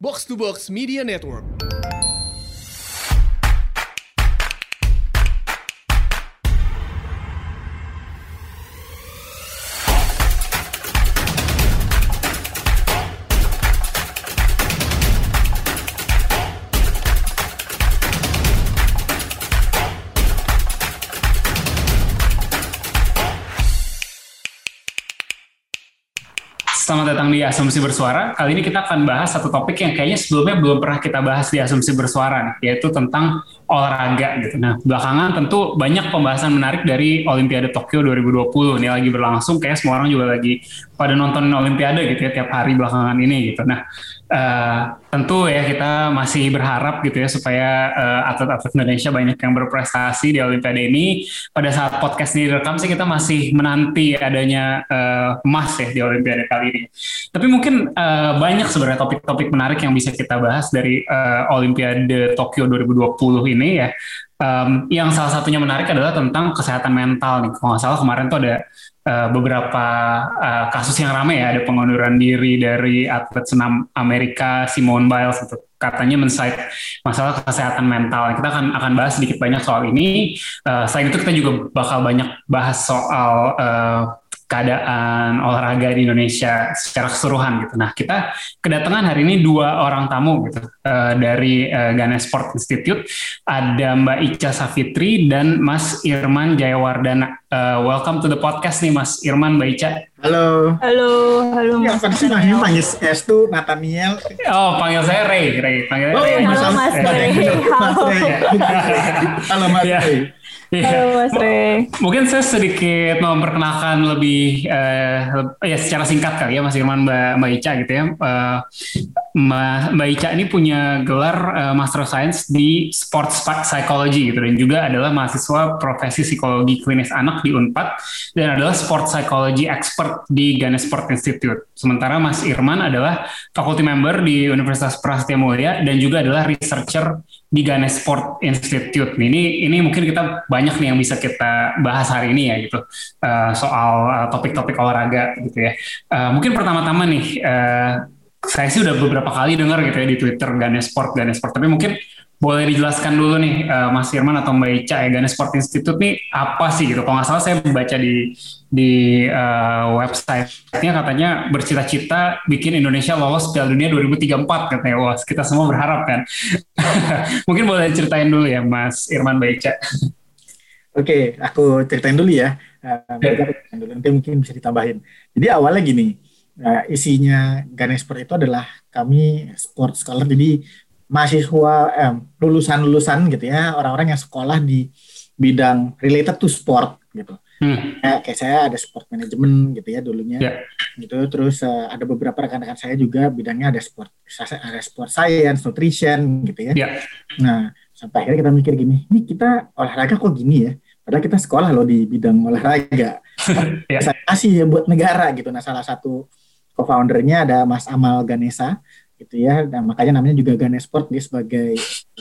Box to Box Media Network. Selamat datang di Asumsi Bersuara. Kali ini kita akan bahas satu topik yang kayaknya sebelumnya belum pernah kita bahas di Asumsi Bersuara, nih, yaitu tentang olahraga gitu. Nah, belakangan tentu banyak pembahasan menarik dari Olimpiade Tokyo 2020. Ini lagi berlangsung, kayak semua orang juga lagi pada nonton Olimpiade gitu ya tiap hari belakangan ini gitu. Nah, tentu ya kita masih berharap gitu ya supaya atlet-atlet Indonesia banyak yang berprestasi di Olimpiade ini. Pada saat podcast ini direkam sih kita masih menanti adanya emas ya di Olimpiade kali ini. Tapi mungkin banyak sebenarnya topik-topik menarik yang bisa kita bahas dari Olimpiade Tokyo 2020 ini ya. Yang salah satunya menarik adalah tentang kesehatan mental nih. Kalau nggak salah kemarin tuh ada beberapa kasus yang ramai ya, ada pengunduran diri dari atlet senam Amerika Simone Biles itu katanya men-cite masalah kesehatan mental. Kita akan bahas sedikit banyak soal ini. Selain itu kita juga bakal banyak bahas soal keadaan olahraga di Indonesia secara keseluruhan gitu. Nah, kita kedatangan hari ini dua orang tamu gitu dari Ganes Sport Institute. Ada Mbak Ica Savitri dan Mas Irman Jayawardana. Welcome to the podcast nih Mas Irman, Mbak Ica. Halo. Halo Ya, Mas. tadi sih panggil Estu, Nathaniel. Oh, panggil saya Ray. Panggil Ray. Halo Mas Ray. Halo Mas Ya. Ray. Halo Mas Ray. Mungkin saya sedikit memperkenalkan lebih ya secara singkat kali ya Mas Irman, Mbak Ica gitu ya. Mbak Ica ini punya gelar Master of Science di Sports Psychology gitu, dan juga adalah mahasiswa profesi psikologi klinis anak di Unpad dan adalah Sport Psychology Expert di Ganes Sport Institute. Sementara Mas Irman adalah faculty member di Universitas Prasetya Mulia dan juga adalah researcher di Ganes Sport Institute. Ini mungkin kita banyak nih yang bisa kita bahas hari ini ya gitu, soal topik-topik olahraga gitu ya. Mungkin pertama-tama nih, saya sih udah beberapa kali dengar gitu ya di Twitter Ganes Sport, tapi mungkin boleh dijelaskan dulu nih Mas Irman atau Mbak Ica ya, Ganes Sport Institute nih apa sih gitu? Kalau nggak salah saya baca di website-nya katanya bercita-cita bikin Indonesia lolos Piala Dunia 2034 katanya. Wah, kita semua berharap kan. Mungkin boleh ceritain dulu ya Mas Irman, Mbak Ica. Oke, aku ceritain dulu ya. Nanti mungkin bisa ditambahin. Jadi awalnya gini, isinya Ganes Sport itu adalah kami sport scholar, jadi mahasiswa lulusan gitu ya, orang-orang yang sekolah di bidang related to sport gitu. Kayak saya ada sport management gitu ya dulunya, gitu. Terus ada beberapa rekan-rekan saya juga bidangnya ada sport science, nutrition gitu ya. Nah, sampai akhirnya kita mikir gini, ini kita olahraga kok gini ya? Padahal kita sekolah loh di bidang olahraga. Saya kasih ya buat negara gitu. Nah, salah satu co-foundernya ada Mas Amal Ganesa gitu ya. Nah, makanya namanya juga Ganes Sport, dia sebagai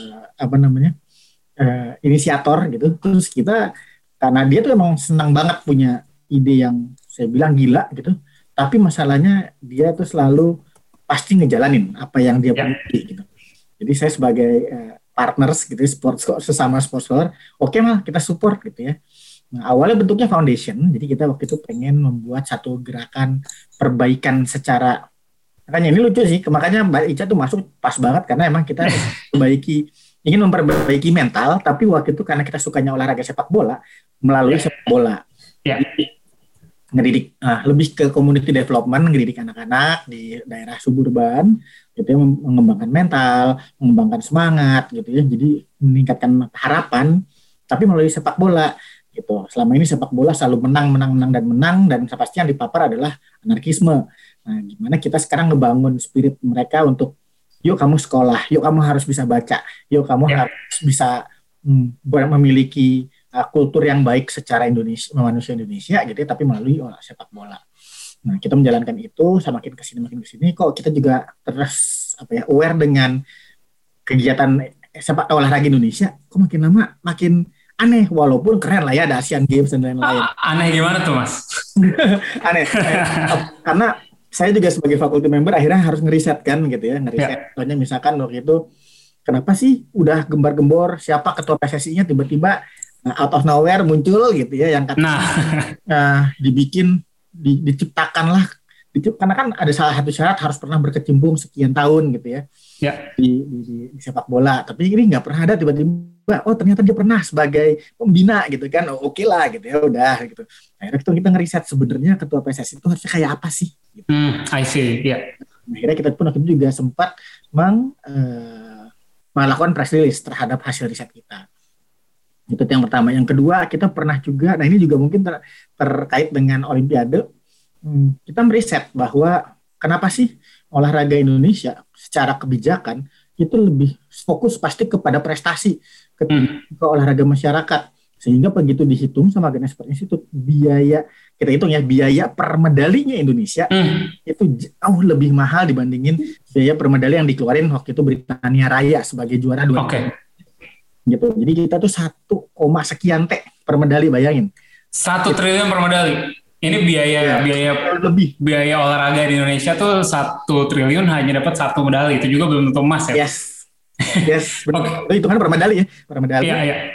inisiator gitu. Terus kita, karena dia tuh emang senang banget punya ide yang saya bilang gila gitu, tapi masalahnya dia tuh selalu pasti ngejalanin apa yang dia punya gitu. Jadi saya sebagai partners gitu, sesama sports scholar, oke lah kita support gitu ya. Nah, awalnya bentuknya foundation, jadi kita waktu itu pengen membuat satu gerakan perbaikan secara, makanya ini lucu sih, makanya Mbak Ica tuh masuk pas banget karena emang kita ingin memperbaiki mental, tapi waktu itu karena kita sukanya olahraga sepak bola melalui sepak bola. Jadi, ngedidik lebih ke community development, ngedidik anak-anak di daerah suburban gitu ya, mengembangkan mental, mengembangkan semangat gitu ya. Jadi meningkatkan harapan tapi melalui sepak bola gitu. Selama ini sepak bola selalu menang dan pasti yang dipapar adalah anarkisme. Nah, gimana kita sekarang ngebangun spirit mereka untuk yuk kamu sekolah, yuk kamu harus bisa baca, yuk kamu harus bisa memiliki kultur yang baik secara manusia Indonesia gitu ya, tapi melalui sepak bola. Nah, kita menjalankan itu, makin kesini kok kita juga terus aware dengan kegiatan sepak olahraga Indonesia, kok makin lama makin aneh, walaupun keren lah ya, ada Asian Games dan lain-lain. Aneh gimana tuh Mas? Aneh. Karena saya juga sebagai faculty member akhirnya harus ngeriset kan gitu ya, ngeriset. Contohnya misalkan waktu itu kenapa sih udah gembar-gembor siapa ketua PSSI-nya tiba-tiba out of nowhere muncul gitu ya yang katanya diciptakanlah karena kan ada salah satu syarat harus pernah berkecimpung sekian tahun gitu ya. Di sepak bola, tapi ini nggak pernah ada tiba-tiba oh ternyata dia pernah sebagai pembina gitu kan, oke lah gitu ya udah gitu. Akhirnya kita ngeriset sebenarnya ketua PSSI itu harusnya kayak apa sih gitu. I see, ya. Akhirnya kita pun waktu itu juga sempat melakukan press release terhadap hasil riset kita. Itu yang pertama. Yang kedua kita pernah juga, nah ini juga mungkin terkait dengan Olimpiade, kita meriset bahwa kenapa sih olahraga Indonesia secara kebijakan itu lebih fokus pasti kepada prestasi ke olahraga masyarakat, sehingga begitu dihitung sama Ganesh Sport Institute biaya, kita hitung ya biaya per medalinya Indonesia itu jauh lebih mahal dibandingin biaya per medali yang dikeluarin waktu itu Britania Raya sebagai juara 2 gitu. Jadi kita tuh 1, sekian T per medali, bayangin 1 triliun per medali. Ini biaya olahraga di Indonesia tuh 1 triliun hanya dapat 1 medali, itu juga belum tentu emas ya. Yes, benar. Itu kan per medali ya, per medali.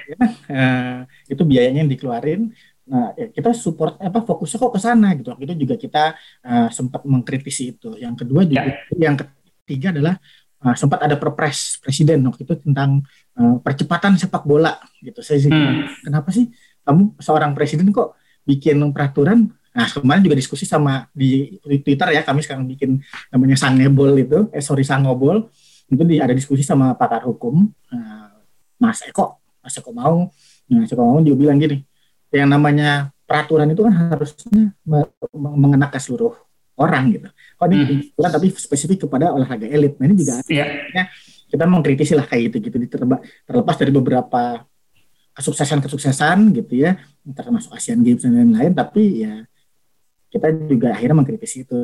Itu biayanya yang dikeluarin. Nah, kita support fokusnya kok ke sana gitu. Waktu itu juga kita sempat mengkritisi itu. Yang kedua juga, yang ketiga adalah sempat ada perpres presiden waktu itu tentang percepatan sepak bola gitu. Saya kenapa sih kamu seorang presiden kok bikin peraturan? Nah, kemarin juga diskusi sama di Twitter ya, kami sekarang bikin namanya Sangebol itu, Sangobol. Itu ada diskusi sama pakar hukum, Mas Eko Maung. Nah, Eko Maung juga bilang gini, yang namanya peraturan itu kan harusnya mengena ke seluruh orang gitu. Ini peraturan tapi spesifik kepada olahraga elit. Nah, ini juga kita mengkritisi lah kayak gitu terlepas dari beberapa kesuksesan gitu ya, termasuk Asian Games dan lain-lain, tapi ya kita juga akhirnya mengkritisi itu.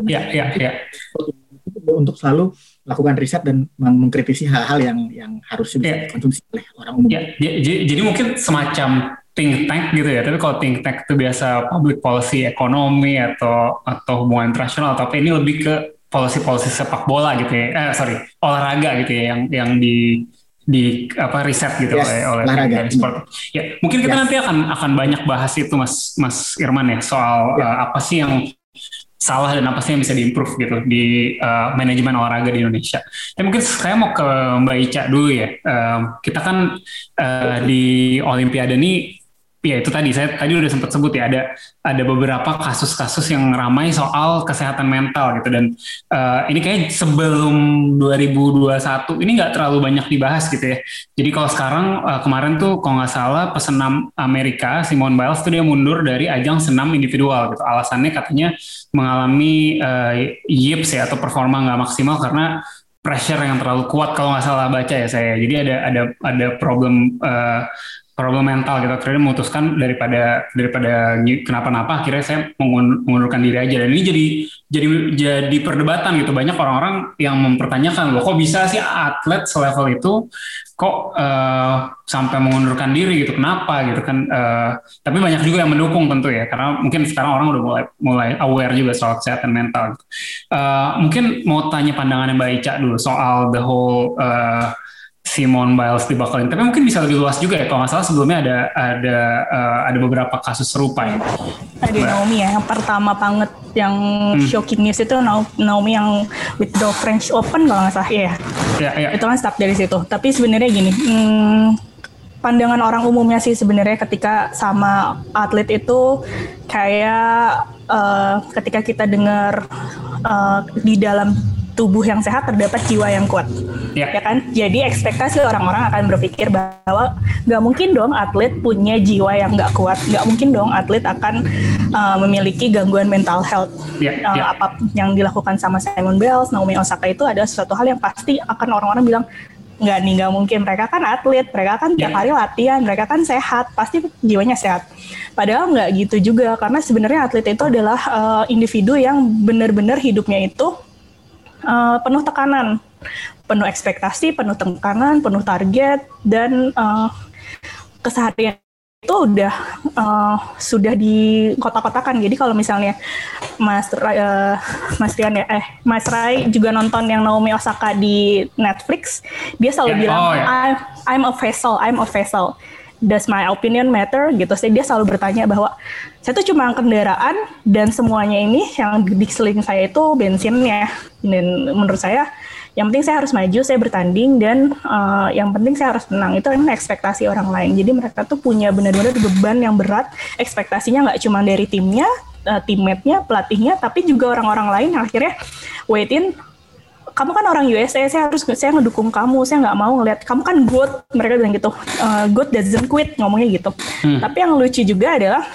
Untuk selalu melakukan riset dan mengkritisi hal-hal yang harusnya bisa dikonsumsi oleh orang umum. Jadi mungkin semacam think tank gitu ya, tapi kalau think tank itu biasa public policy ekonomi atau hubungan internasional, tapi ini lebih ke policy sepak bola gitu ya, olahraga gitu ya, yang di riset gitu oleh sport. Ya, mungkin kita nanti akan banyak bahas itu Mas Irman ya, soal apa sih yang salah dan apa sih yang bisa diimprove gitu di manajemen olahraga di Indonesia. Ya, mungkin saya mau ke Mbak Ica dulu ya. Kita kan di Olimpiade ini, ya itu saya tadi udah sempat sebut ya, ada beberapa kasus-kasus yang ramai soal kesehatan mental gitu, dan ini kayak sebelum 2021 ini nggak terlalu banyak dibahas gitu ya. Jadi kalau sekarang kemarin tuh kalau nggak salah pesenam Amerika Simone Biles tuh dia mundur dari ajang senam individual gitu. Alasannya katanya mengalami yips ya, atau performa nggak maksimal karena pressure yang terlalu kuat, kalau nggak salah baca ya saya. Jadi ada problem mental gitu. Akhirnya memutuskan daripada kenapa-napa, akhirnya saya mengundurkan diri aja. Dan ini jadi perdebatan gitu. Banyak orang-orang yang mempertanyakan, loh kok bisa sih atlet selevel itu kok sampai mengundurkan diri gitu, kenapa gitu kan. Tapi banyak juga yang mendukung tentu ya, karena mungkin sekarang orang udah mulai aware juga soal kesehatan mental gitu. Mungkin mau tanya pandangannya Mbak Ica dulu soal the whole Simone Biles dibakalin, tapi mungkin bisa lebih luas juga ya. Kalau nggak salah sebelumnya ada beberapa kasus serupa ya. Ada Naomi ya, yang pertama banget yang shocking news itu Naomi yang withdraw French Open kalau nggak salah ya. Itu kan start dari situ. Tapi sebenarnya gini, pandangan orang umumnya sih sebenarnya ketika sama atlet itu kayak ketika kita dengar di dalam tubuh yang sehat terdapat jiwa yang kuat, ya kan? Jadi ekspektasi orang-orang akan berpikir bahwa nggak mungkin dong atlet punya jiwa yang nggak kuat, nggak mungkin dong atlet akan memiliki gangguan mental health. Apa yang dilakukan sama Simone Biles, Naomi Osaka itu adalah sesuatu hal yang pasti akan orang-orang bilang nggak mungkin, mereka kan atlet, mereka kan tiap hari latihan, mereka kan sehat, pasti jiwanya sehat. Padahal nggak gitu juga, karena sebenarnya atlet itu adalah individu yang benar-benar hidupnya itu penuh tekanan, penuh ekspektasi, penuh tekanan, penuh target, dan keseharian udah sudah di kotak-kotakan. Jadi kalau misalnya Mas Rai juga nonton yang Naomi Osaka di Netflix, dia selalu bilang I'm a vessel. Does my opinion matter gitu. Dia selalu bertanya bahwa saya tuh cuma kendaraan dan semuanya ini yang di sekeliling saya itu bensinnya. Dan menurut saya yang penting saya harus maju, saya bertanding, dan yang penting saya harus menang. Itu memang ekspektasi orang lain. Jadi mereka tuh punya benar-benar beban yang berat. Ekspektasinya nggak cuma dari timnya, teammate-nya, pelatihnya, tapi juga orang-orang lain yang akhirnya waitin. Kamu kan orang USA, saya ngedukung kamu, saya nggak mau ngeliat kamu kan GOAT. Mereka bilang gitu, GOAT doesn't quit, ngomongnya gitu. Tapi yang lucu juga adalah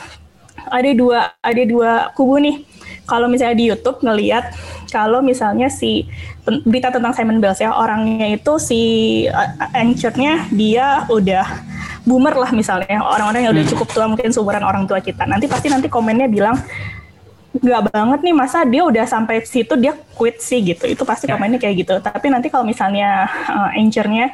ada dua kubu nih. Kalau misalnya di YouTube ngelihat, kalau misalnya si berita tentang Simon Biles ya, orangnya itu si anchor-nya dia udah boomer lah misalnya, orang-orang yang udah cukup tua, mungkin seumuran orang tua kita. Nanti komennya bilang, nggak banget nih, masa dia udah sampai situ dia quit sih gitu. Itu pasti komennya kayak gitu. Tapi nanti kalau misalnya anchor-nya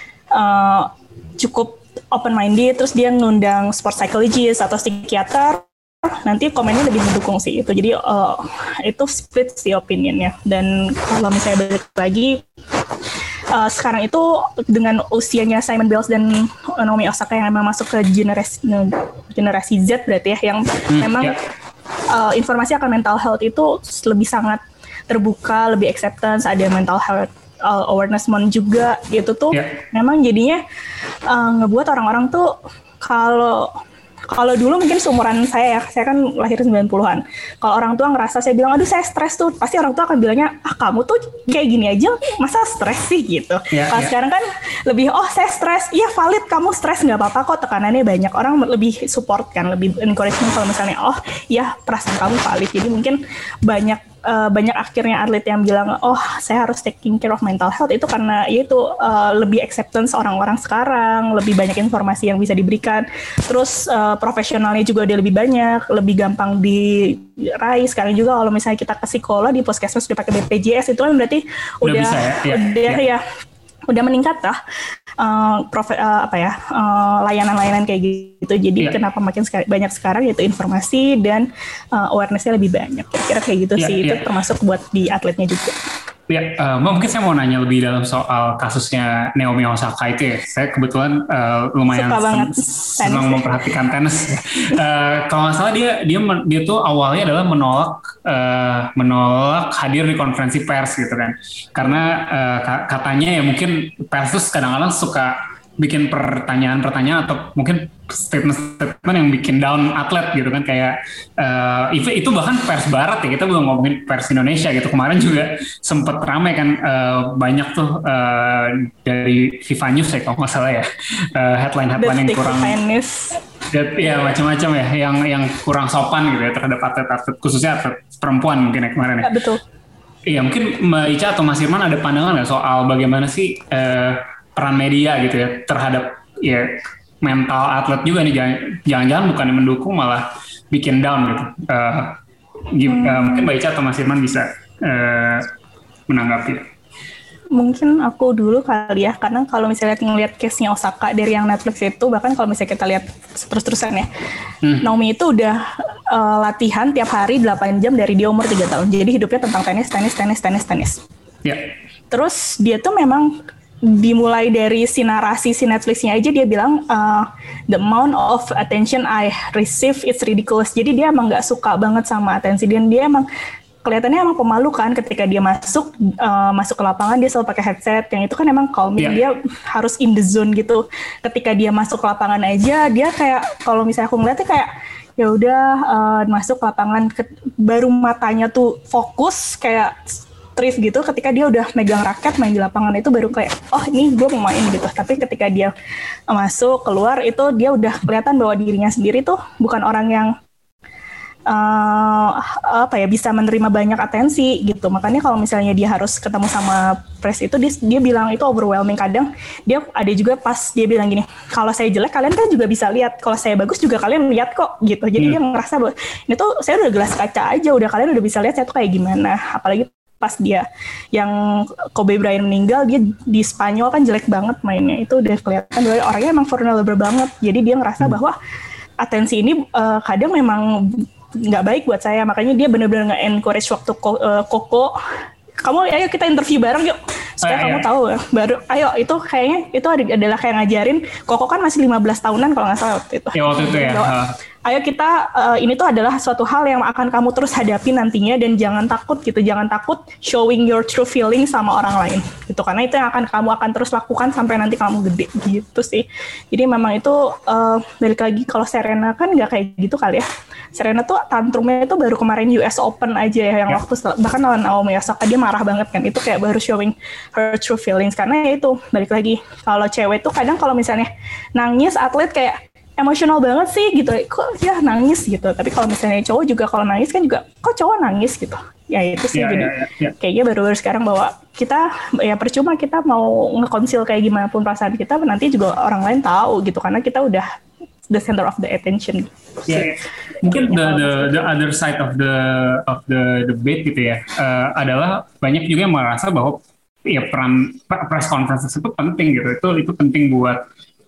cukup open-minded, terus dia ngundang sport psychologist atau psikiater, nanti komennya lebih mendukung sih itu. Jadi itu split sih opinionnya. Dan kalau misalnya balik lagi, sekarang itu dengan usianya Simon Biles dan Naomi Osaka yang memang masuk ke generasi Z berarti ya, yang memang informasi akan mental health itu lebih sangat terbuka, lebih acceptance, ada mental health awareness month juga gitu tuh. Memang jadinya ngebuat orang-orang tuh, kalau dulu mungkin seumuran saya kan lahir 90-an. Kalau orang tua ngerasa saya bilang, aduh saya stres tuh, pasti orang tua akan bilangnya, kamu tuh kayak gini aja, masa stres sih gitu. Kalau sekarang kan lebih, saya stres, iya valid kamu stres, nggak apa-apa kok, tekanannya banyak. Orang lebih support kan, lebih encouragement kalau misalnya, ya perasaan kamu valid. Jadi mungkin banyak akhirnya atlet yang bilang, saya harus taking care of mental health, itu karena itu lebih acceptance orang-orang sekarang, lebih banyak informasi yang bisa diberikan, terus profesionalnya juga udah lebih banyak, lebih gampang diraih. Sekarang juga kalau misalnya kita ke psikolog di puskesmas udah pakai BPJS, itu kan berarti udah meningkat lah layanan-layanan kayak gitu. Jadi kenapa makin banyak sekarang, yaitu informasi dan awareness-nya lebih banyak. Kira-kira kayak gitu sih. Itu termasuk buat di atletnya juga. Mungkin saya mau nanya lebih dalam soal kasusnya Naomi Osaka itu ya. Saya kebetulan lumayan senang memperhatikan tenis. Kalau nggak salah dia tuh awalnya adalah menolak hadir di konferensi pers gitu kan. Karena katanya ya mungkin pers tuh kadang-kadang suka bikin pertanyaan-pertanyaan atau mungkin statement yang bikin down atlet gitu kan, kayak itu bahkan pers barat ya, kita belum ngomongin pers Indonesia gitu. Kemarin juga sempet ramai kan, banyak tuh dari FIFA News ya kalau nggak salah ya, headline yang kurang macam-macam ya, yang kurang sopan gitu ya terhadap atlet-atlet, khususnya atlet perempuan mungkin ya kemarin ya. Betul. Iya, mungkin Mbak Ica atau Mas Irman ada pandangan nggak soal bagaimana sih peran media gitu ya terhadap ya mental atlet juga nih, jangan-jangan bukan yang mendukung malah bikin down gitu. Mungkin Mbak Ica atau Mas Irman bisa menanggapi. Mungkin aku dulu kali ya, karena kalau misalnya ngelihat case-nya Osaka dari yang Netflix itu, bahkan kalau misalnya kita lihat terus-terusan ya, Naomi itu udah latihan tiap hari 8 jam dari dia umur 3 tahun. Jadi hidupnya tentang tenis. Terus dia tuh memang dimulai dari narasi Netflix-nya aja, dia bilang the amount of attention I receive it's ridiculous. Jadi dia emang nggak suka banget sama atensi, dan dia emang kelihatannya emang pemalu kan ketika dia masuk ke lapangan. Dia selalu pakai headset yang itu kan emang calming. Dia harus in the zone gitu. Ketika dia masuk ke lapangan aja, dia kayak, kalau misalnya aku ngeliatnya kayak ya udah masuk ke lapangan, baru matanya tuh fokus kayak trip gitu. Ketika dia udah megang raket main di lapangan itu baru kayak, ini gue mau main gitu. Tapi ketika dia masuk keluar itu dia udah kelihatan bahwa dirinya sendiri tuh bukan orang yang bisa menerima banyak atensi gitu. Makanya kalau misalnya dia harus ketemu sama press itu, dia bilang itu overwhelming. Kadang dia ada juga pas dia bilang gini, kalau saya jelek kalian kan juga bisa lihat, kalau saya bagus juga kalian lihat kok gitu. Jadi dia ngerasa bahwa ini tuh saya udah gelas kaca aja, kalian udah bisa lihat saya tuh kayak gimana. Apalagi pas dia yang Kobe Bryant meninggal, dia di Spanyol kan jelek banget mainnya, itu udah kelihatan bahwa orangnya emang vulnerable banget. Jadi dia ngerasa bahwa atensi ini kadang memang nggak baik buat saya, makanya dia benar-benar nge-encourage waktu Koko, kamu ayo kita interview bareng yuk supaya kamu tahu baru ayo, itu kayaknya itu adalah kayak ngajarin Koko kan masih 15 tahunan kalau nggak salah waktu itu. Ya waktu itu ya. Ayo kita ini tuh adalah suatu hal yang akan kamu terus hadapi nantinya, dan jangan takut gitu, jangan takut showing your true feeling sama orang lain gitu, karena itu yang kamu akan terus lakukan sampai nanti kamu gede gitu sih. Jadi memang itu balik lagi, kalau Serena kan nggak kayak gitu kali ya. Serena tuh tantrumnya itu baru kemarin US Open aja ya, yang waktu bahkan lawan Naomi Osaka dia marah banget kan, itu kayak baru showing her true feelings. Karena ya itu balik lagi, kalau cewek tuh kadang kalau misalnya nangis atlet kayak emosional banget sih gitu, kok ya nangis gitu. Tapi kalau misalnya cowok juga kalau nangis kan juga kok cowok nangis gitu. Ya itu sih jadi kayaknya baru-baru sekarang bahwa kita ya percuma kita mau ngekonsil kayak gimana pun perasaan kita, nanti juga orang lain tahu gitu, karena kita udah the center of the attention. Mungkin the other side of the debate gitu ya, adalah banyak juga yang merasa bahwa ya peran press conference tersebut penting gitu. Itu penting buat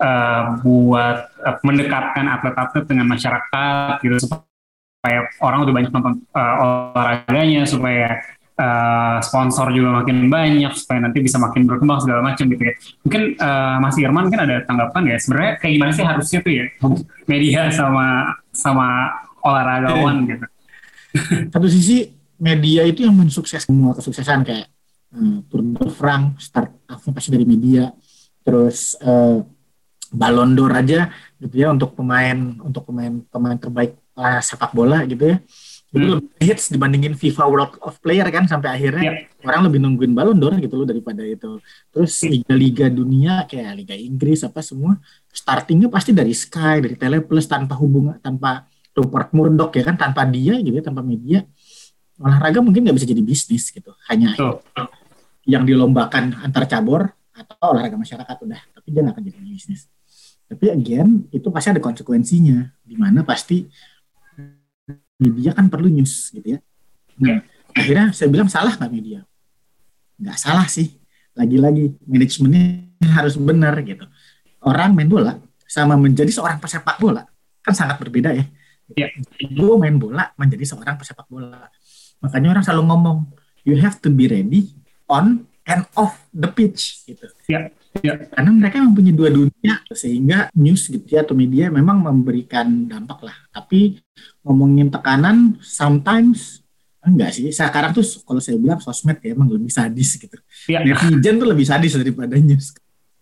mendekatkan atlet-atlet dengan masyarakat gitu, supaya orang lebih banyak nonton olahraganya, supaya sponsor juga makin banyak, supaya nanti bisa makin berkembang segala macam gitu ya. Mungkin Mas Irman kan ada tanggapan ya, sebenarnya kayak gimana sih harusnya tuh ya media sama olahragawan gitu. Satu sisi media itu yang mensukses semua kesuksesan, kayak Tour de France start pasti dari media, terus Ballon d'Or aja gitu ya, untuk pemain terbaik sepak bola gitu ya. Itu lebih hits dibandingin FIFA World of Player kan, sampai akhirnya orang lebih nungguin Ballon d'Or gitu loh daripada itu. Terus liga-liga dunia kayak Liga Inggris apa semua startingnya pasti dari Sky, dari Teleplus, tanpa hubungan, tanpa Rupert Murdoch ya kan, tanpa dia gitu ya, tanpa media olahraga mungkin nggak bisa jadi bisnis gitu. Hanya yang dilombakan antar cabur atau olahraga masyarakat udah, tapi dia nggak akan jadi bisnis. Tapi again itu pasti ada konsekuensinya, di mana pasti media kan perlu news gitu ya. Nah, akhirnya saya bilang salah nggak media? Nggak salah sih. Lagi-lagi manajemennya harus benar gitu. Orang main bola sama menjadi seorang pesepak bola kan sangat berbeda ya. Gue main bola menjadi seorang pesepak bola. Makanya orang selalu ngomong, you have to be ready on and off the pitch gitu. Karena mereka memang punya dua dunia, sehingga news gitu ya, atau media memang memberikan dampak lah. Tapi ngomongin tekanan, sometimes enggak sih. Sekarang tuh kalau saya bilang sosmed ya emang lebih sadis gitu. Netizen tuh lebih sadis daripada news.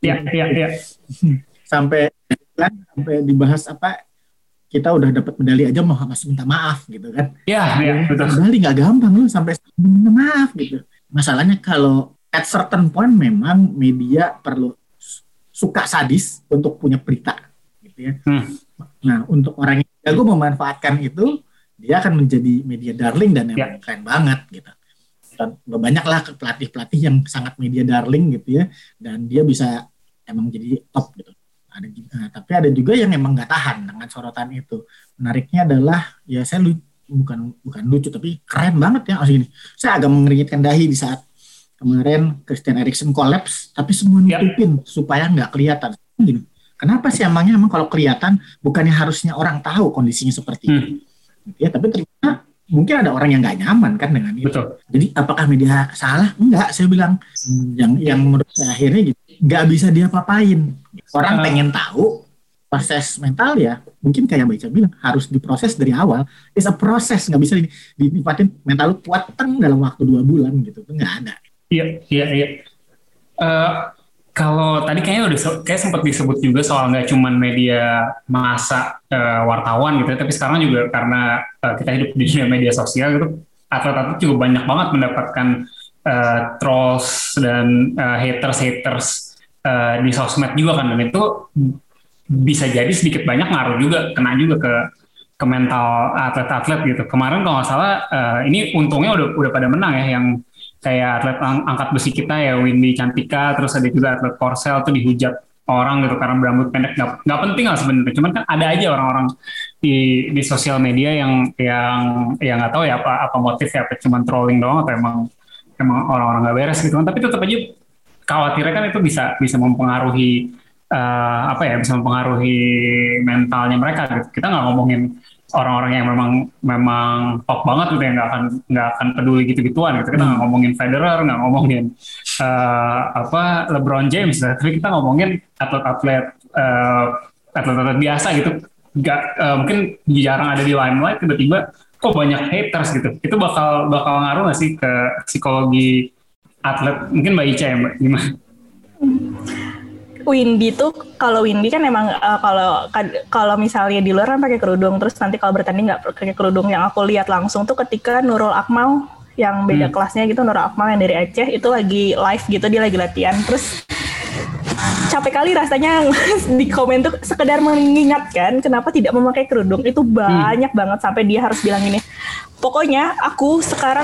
Sampai dibahas apa, kita udah dapat medali aja mau harus minta maaf gitu kan. Betul. Medali nggak gampang loh sampai minta maaf gitu. Masalahnya kalau at certain point memang media perlu suka sadis untuk punya berita gitu ya. Nah, untuk orang yang jago memanfaatkan itu, dia akan menjadi media darling dan yang keren banget gitu. Dan banyaklah pelatih-pelatih yang sangat media darling gitu ya, dan dia bisa emang jadi top gitu. Tapi ada juga yang emang nggak tahan dengan sorotan itu. Menariknya adalah ya saya bukan lucu tapi keren banget ya. Gini, saya agak mengeringitkan dahi di saat kemarin Christian Eriksen collapse, tapi semua nutupin supaya nggak kelihatan. Gini, kenapa sih emang kalau kelihatan, bukannya harusnya orang tahu kondisinya seperti itu? Ya, tapi ternyata mungkin ada orang yang nggak nyaman kan dengan itu. Betul. Jadi apakah media salah? Enggak, saya bilang yang menurut saya akhirnya gitu, nggak bisa diapa-apain. Orang pengen tahu proses mental ya, mungkin kayak Mbak Ica bilang harus diproses dari awal. It's a process, nggak bisa dipatin mental lu kuat dalam waktu 2 bulan gitu, itu nggak ada. Iya. Kalau tadi kayaknya kayak sempat disebut juga soal nggak cuma media massa, wartawan gitu, tapi sekarang juga karena kita hidup di dunia media sosial gitu, atlet-atlet juga banyak banget mendapatkan trolls dan haters di sosmed juga kan, dan itu bisa jadi sedikit banyak ngaruh juga, kena juga ke mental atlet-atlet gitu. Kemarin kalau nggak salah ini untungnya udah pada menang ya, yang kayak atlet angkat besi kita ya, Windy Cantika, terus ada juga atlet Korsel tuh dihujat orang gitu karena berambut pendek. Nggak penting lah sebenarnya, cuman kan ada aja orang-orang di sosial media yang nggak tahu ya apa motifnya, apa cuman trolling doang atau emang emang orang-orang nggak beres gitu kan. Tapi tetap aja khawatirnya kan itu bisa mempengaruhi bisa mempengaruhi mentalnya mereka gitu. Kita nggak ngomongin orang-orang yang memang top banget gitu ya, nggak akan peduli gitu-gituan gitu. Kita nggak ngomongin Federer, nggak ngomongin LeBron James, tapi kita ngomongin atlet-atlet biasa gitu. Mungkin jarang ada di limelight, tiba-tiba kok banyak haters gitu. Itu bakal ngaruh nggak sih ke psikologi atlet? Mungkin Mbak Ica ya, Mbak, gimana? Windy kan emang kalau misalnya di luar kan pakai kerudung, terus nanti kalau bertanding nggak pakai kerudung. Yang aku lihat langsung tuh ketika Nurul Akmal yang beda kelasnya gitu, Nurul Akmal yang dari Aceh itu lagi live gitu, dia lagi latihan, terus capek kali rasanya di komen tuh sekedar mengingatkan kenapa tidak memakai kerudung. Itu banyak banget sampai dia harus bilang ini, pokoknya aku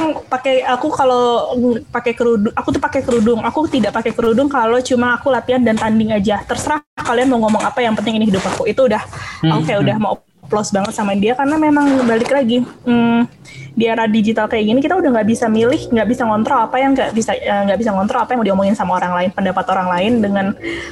kalau pakai kerudung, aku tuh pakai kerudung, aku tidak pakai kerudung kalau cuma aku latihan dan tanding aja, terserah kalian mau ngomong apa, yang penting ini hidup aku. Itu udah udah mau applause banget sama dia, karena memang balik lagi di era digital kayak gini kita udah nggak bisa milih, nggak bisa ngontrol apa yang nggak bisa ngontrol apa yang mau diomongin sama orang lain, pendapat orang lain dengan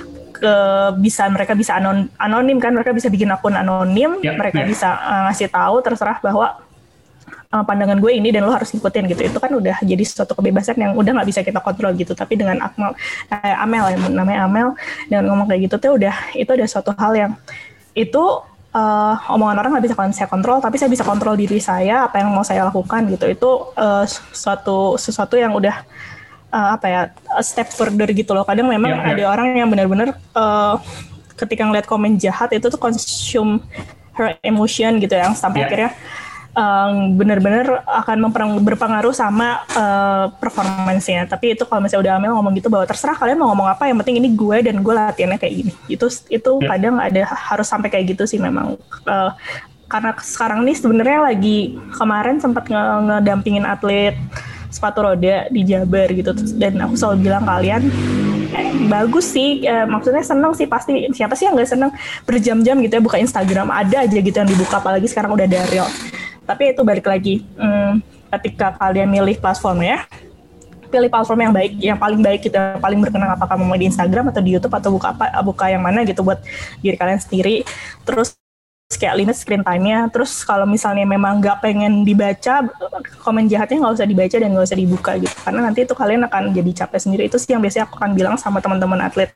mereka bisa anonim kan, mereka bisa bikin akun anonim, mereka bisa ngasih tahu terserah bahwa pandangan gue ini dan lo harus ngikutin gitu. Itu kan udah jadi suatu kebebasan yang udah nggak bisa kita kontrol gitu. Tapi dengan Amel namanya Amel, dengan ngomong kayak gitu tuh itu udah suatu hal yang itu omongan orang nggak bisa saya kontrol, tapi saya bisa kontrol diri saya, apa yang mau saya lakukan gitu. Itu sesuatu yang udah a step further gitu loh. Kadang memang ada orang yang benar-benar ketika ngeliat komen jahat itu tuh consume her emotion gitu, yang sampai akhirnya benar-benar akan berpengaruh sama performance-nya. Tapi itu kalau misalnya udah Amel ngomong gitu bahwa terserah kalian mau ngomong apa, yang penting ini gue dan gue latihannya kayak gini. Itu kadang harus sampai kayak gitu sih memang. Karena sekarang nih sebenarnya lagi kemarin sempat ngedampingin atlet sepatu roda di Jabar gitu, dan aku selalu bilang kalian bagus sih, maksudnya seneng sih, pasti siapa sih yang nggak seneng berjam-jam gitu ya buka Instagram, ada aja gitu yang dibuka, apalagi sekarang udah ada reel. Tapi itu balik lagi, ketika kalian milih platformnya, pilih platform yang baik, yang paling baik gitu, yang paling berkenan, apakah mau di Instagram atau di YouTube atau buka yang mana gitu buat diri kalian sendiri. Terus kayak limit screen time-nya. Terus kalau misalnya memang nggak pengen dibaca, komen jahatnya nggak usah dibaca dan nggak usah dibuka gitu, karena nanti itu kalian akan jadi capek sendiri. Itu sih yang biasanya aku akan bilang sama teman-teman atlet.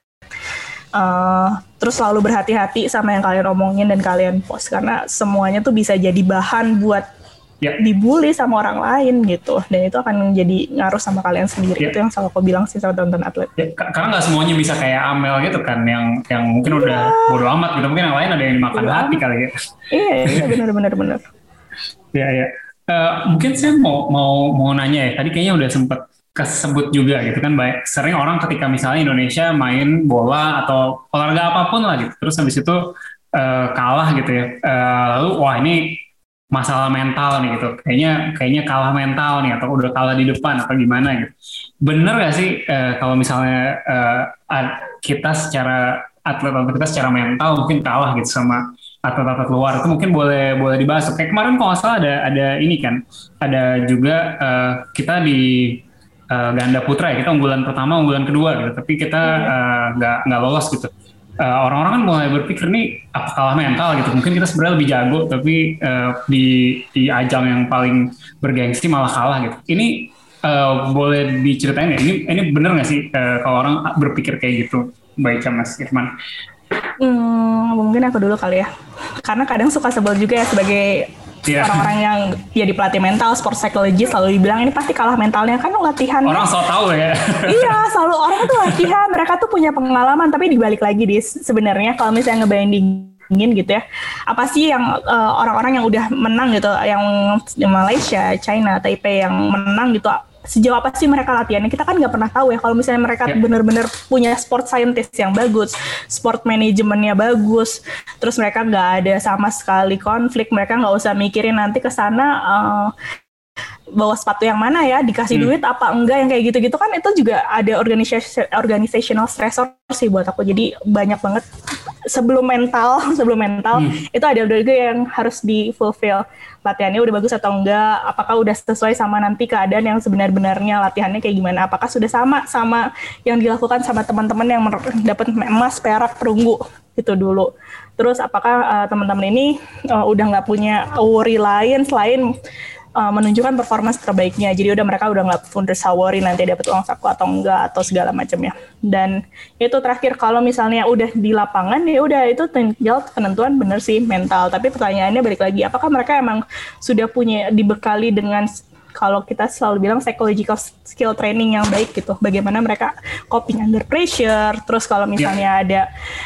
Terus selalu berhati-hati sama yang kalian omongin dan kalian post, karena semuanya tuh bisa jadi bahan buat dibully sama orang lain gitu, dan itu akan jadi ngaruh sama kalian sendiri. Itu yang selalu aku bilang sih sama teman-teman atlet. Karena nggak semuanya bisa kayak Amel gitu kan, yang mungkin udah bodo amat gitu, mungkin yang lain ada yang dimakan hati kali ya. Iya benar. Iya. Mungkin saya mau nanya ya, tadi kayaknya udah sempet kesebut juga gitu kan, baik sering orang ketika misalnya Indonesia main bola atau olahraga apapun lah gitu, terus habis itu kalah gitu ya, lalu wah ini masalah mental nih gitu, kayaknya kalah mental nih, atau udah kalah di depan atau gimana gitu. Bener gak sih kalau misalnya kita secara atlet kita secara mental mungkin kalah gitu sama atlet-atlet luar, itu mungkin boleh dibahas. Kayak kemarin kalau nggak salah ada ini kan, ada juga kita di ganda putra ya, kita unggulan pertama, unggulan kedua gitu, tapi kita nggak lolos gitu. Orang-orang kan mulai berpikir nih apa kalah mental gitu, mungkin kita sebenarnya lebih jago, tapi di ajang yang paling bergengsi malah kalah gitu. Ini boleh diceritain ya, ini bener nggak sih kalau orang berpikir kayak gitu, Mbak Ica, Mas Irman? Mungkin aku dulu kali ya, karena kadang suka sebel juga ya sebagai orang-orang yang jadi pelatih mental, sport psychologist, selalu dibilang ini pasti kalah mentalnya, kan latihan. Orang so tahu ya. Iya, selalu orang tuh latihan, mereka tuh punya pengalaman, tapi dibalik lagi sebenarnya kalau misalnya ngebandingin gitu ya, apa sih yang orang-orang yang udah menang gitu, yang Malaysia, China, Taipei yang menang gitu, sejauh apa sih mereka latihannya, kita kan nggak pernah tahu ya. Kalau misalnya mereka benar-benar punya sport scientist yang bagus, sport manajemennya bagus, terus mereka nggak ada sama sekali konflik, mereka nggak usah mikirin nanti ke sana bawa sepatu yang mana ya, dikasih duit apa enggak, yang kayak gitu-gitu kan, itu juga ada organizational stressor sih buat aku. Jadi banyak banget sebelum mental itu ada juga yang harus di fulfill. Latihannya udah bagus atau enggak, apakah udah sesuai sama nanti keadaan yang sebenarnya latihannya kayak gimana, apakah sudah sama yang dilakukan sama teman-teman yang dapat emas, perak, perunggu itu dulu. Terus apakah teman-teman ini udah nggak punya worry lain selain menunjukkan performance terbaiknya. Jadi mereka udah nggak usah worry nanti dapat uang saku atau enggak atau segala macamnya. Dan itu terakhir, kalau misalnya udah di lapangan ya udah itu tinggal penentuan bener sih mental. Tapi pertanyaannya balik lagi, apakah mereka emang sudah punya dibekali dengan, kalau kita selalu bilang psychological skill training yang baik gitu, bagaimana mereka coping under pressure. Terus kalau misalnya ada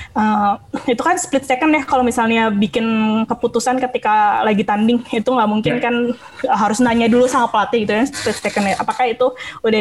itu kan split second ya, kalau misalnya bikin keputusan ketika lagi tanding itu nggak mungkin kan harus nanya dulu sama pelatih gitu ya, split second ya. Apakah itu udah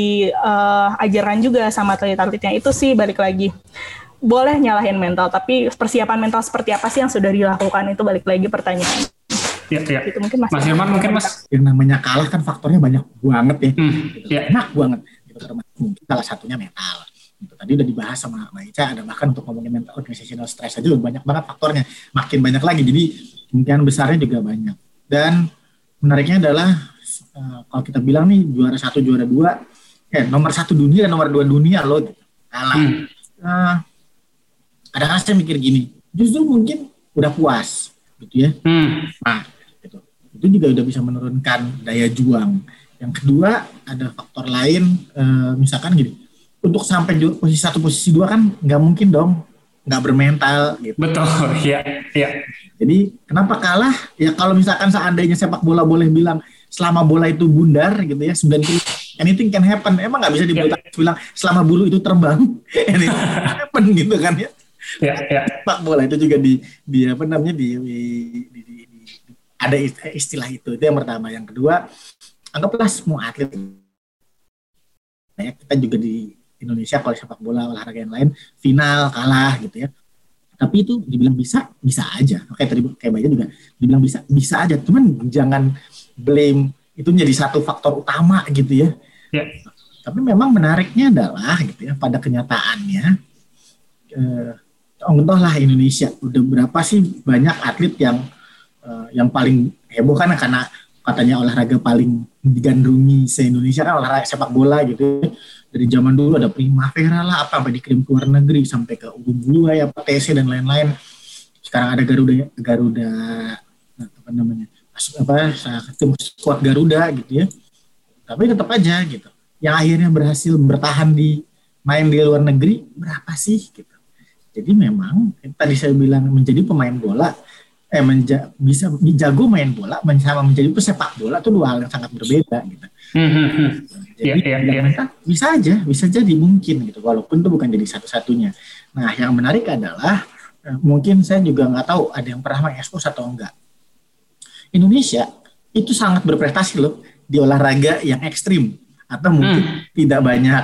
diajarkan juga sama atlet-atletnya? Itu sih balik lagi, boleh nyalahin mental, tapi persiapan mental seperti apa sih yang sudah dilakukan, itu balik lagi pertanyaan. Ya. Gitu, mungkin Mas Irman mungkin Mas. Yang namanya kalah kan faktornya banyak banget ya. Gitu. Banyak banget. Gitu. Mungkin salah satunya mental. Gitu. Tadi udah dibahas sama Mbak Ica, ada bahkan untuk ngomongin mental organizational stress aja banyak banget faktornya. Makin banyak lagi, jadi kemungkinan besarnya juga banyak. Dan menariknya adalah kalau kita bilang nih juara 1, juara 2, nomor 1 dunia dan nomor 2 dunia loh gitu. Kalah. Kadang-kadang saya mikir gini, justru mungkin udah puas gitu ya. Nah, gitu. Itu juga udah bisa menurunkan daya juang. Yang kedua ada faktor lain, misalkan gini, untuk sampai posisi 1, posisi 2 kan nggak mungkin dong nggak bermental gitu. Betul, iya. Jadi kenapa kalah? Ya kalau misalkan seandainya sepak bola boleh bilang selama bola itu bundar gitu ya, 90 anything can happen. Emang nggak bisa bilang selama bulu itu terbang, anything can happen gitu kan ya. Sepak bola itu juga ada istilah itu yang pertama. Yang kedua, anggaplah semua atlet, kita juga di Indonesia kalau sepak bola olahraga yang lain final kalah gitu ya, tapi itu dibilang bisa aja. Oke, tadi kayak Mbak juga dibilang bisa aja, cuman jangan blame itu jadi satu faktor utama gitu ya. Tapi memang menariknya adalah gitu ya, pada kenyataannya contohlah Indonesia udah berapa sih banyak atlet yang paling heboh kan, karena katanya olahraga paling digandrungi se-Indonesia kan olahraga sepak bola gitu. Dari zaman dulu ada Primavera lah, sampai dikirim ke luar negeri, sampai ke Uruguay, TC dan lain-lain. Sekarang ada Garuda tim squad Garuda gitu ya. Tapi tetap aja gitu, yang akhirnya berhasil bertahan main di luar negeri berapa sih gitu. Jadi memang tadi saya bilang menjadi pemain bola, bisa jago main bola, sama menjadi pesepak bola itu dua hal yang sangat berbeda gitu. Jadi bisa jadi mungkin gitu, walaupun itu bukan jadi satu-satunya. Nah, yang menarik adalah mungkin saya juga nggak tahu ada yang pernah mengekspos atau enggak. Indonesia itu sangat berprestasi loh di olahraga yang ekstrim, atau mungkin tidak banyak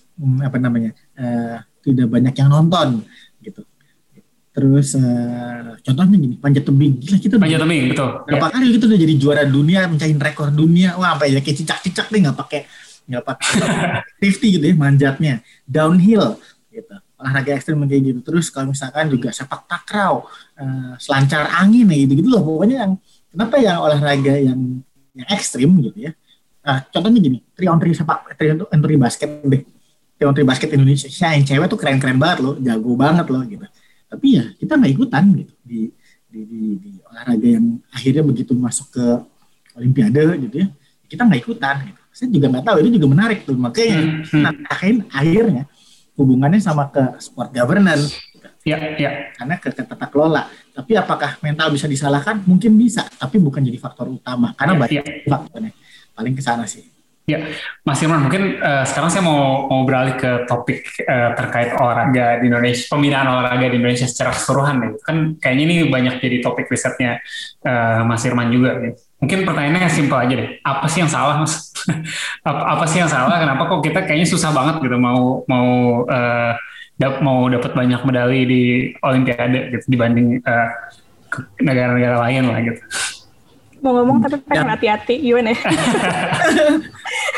tidak banyak yang nonton gitu. Terus contohnya gini, panjat tebing, gila kita panjat tebing betul. Berapa kali gitu udah jadi juara dunia, mencahin rekor dunia, wah sampai kayak cicak-cicak deh, nggak pakai safety gitu ya manjatnya, downhill gitu, olahraga ekstrim kayak gitu. Terus kalau misalkan juga sepak takraw, selancar angin gitu loh, pokoknya yang kenapa yang olahraga yang ekstrim gitu ya. Nah, contohnya gini, 3-on-3 basket deh. 3-on-3 basket Indonesia, yang cewek tuh keren-keren banget loh, jago banget loh gitu. Tapi ya kita nggak ikutan gitu di olahraga yang akhirnya begitu masuk ke Olimpiade gitu ya, kita nggak ikutan gitu. Saya juga nggak tahu, itu juga menarik tuh, makanya akhirnya hubungannya sama ke sport governance gitu. Karena ke tata kelola. Tapi apakah mental bisa disalahkan? Mungkin bisa, tapi bukan jadi faktor utama, karena banyak faktornya. Paling ke sana sih. Ya, Mas Irman, mungkin sekarang saya mau beralih ke topik terkait olahraga di Indonesia, pembinaan olahraga di Indonesia secara keseluruhan deh. Kan kayaknya ini banyak jadi topik risetnya Mas Irman juga. Gitu. Mungkin pertanyaannya simpel aja deh, apa sih yang salah, Mas? apa sih yang salah? Kenapa kok kita kayaknya susah banget gitu mau dapat banyak medali di Olimpiade gitu dibanding negara-negara lain lah gitu. Mau ngomong tapi pengen hati-hati, gimana ya?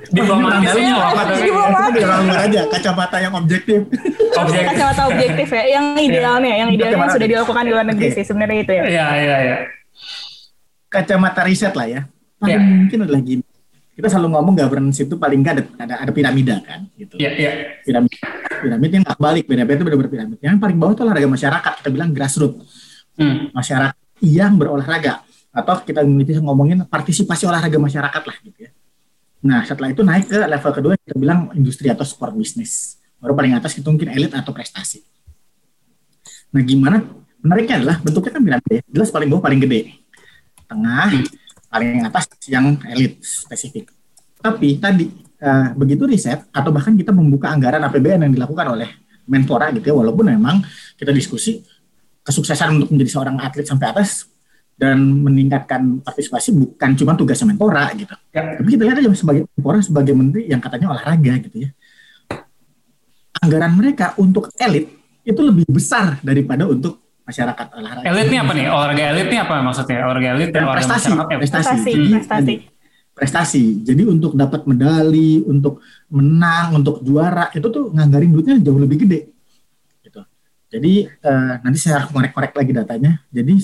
Diplomatisnya apa? Diplomatis. Orang luar aja, kacamata yang objektif. Kacamata objektif ya, yang idealnya sudah dilakukan di luar negeri sih sebenarnya itu ya. Iya. Kacamata riset lah ya. Mungkin lagi kita selalu ngomong governance itu paling nggak ada piramida kan, gitu. Iya. Piramid yang nggak balik, piramid itu benar-benar piramid. Yang paling bawah itu olahraga masyarakat, kita bilang grassroots. Masyarakat yang berolahraga, atau kita ngomongin partisipasi olahraga masyarakat lah gitu ya. Nah setelah itu naik ke level kedua, kita bilang industri atau sport bisnis. Baru paling atas itu mungkin elit atau prestasi. Nah gimana? Menariknya adalah bentuknya kan piramida ya. Jelas paling bawah paling gede, tengah, paling atas yang elit spesifik. Tapi tadi begitu riset atau bahkan kita membuka anggaran APBN yang dilakukan oleh Menpora gitu ya, walaupun memang kita diskusi kesuksesan untuk menjadi seorang atlet sampai atas dan meningkatkan partisipasi bukan cuma tugasnya Menpora gitu. Tapi kita lihat aja sebagai Menpora, sebagai menteri yang katanya olahraga gitu ya. Anggaran mereka untuk elit itu lebih besar daripada untuk masyarakat olahraga. Elit ini apa nih? Olahraga elit ini apa maksudnya? Olahraga elit dan olahraga masyarakat. Prestasi. Jadi untuk dapat medali, untuk menang, untuk juara itu tuh nganggarin duitnya jauh lebih gede. Gitu. Jadi nanti saya harus korek-korek lagi datanya. Jadi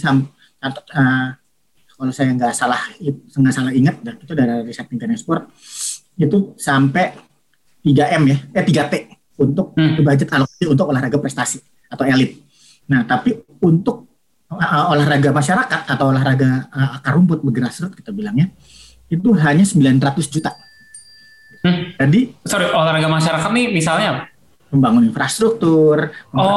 kalau saya nggak salah ingat, itu dari riset Internet Sport itu sampai 3M ya, 3T untuk budget alokasi untuk olahraga prestasi atau elit. Nah, tapi untuk olahraga masyarakat atau olahraga akar rumput bergrassroots kita bilangnya itu hanya 900 juta. Jadi olahraga masyarakat nih misalnya membangun infrastruktur,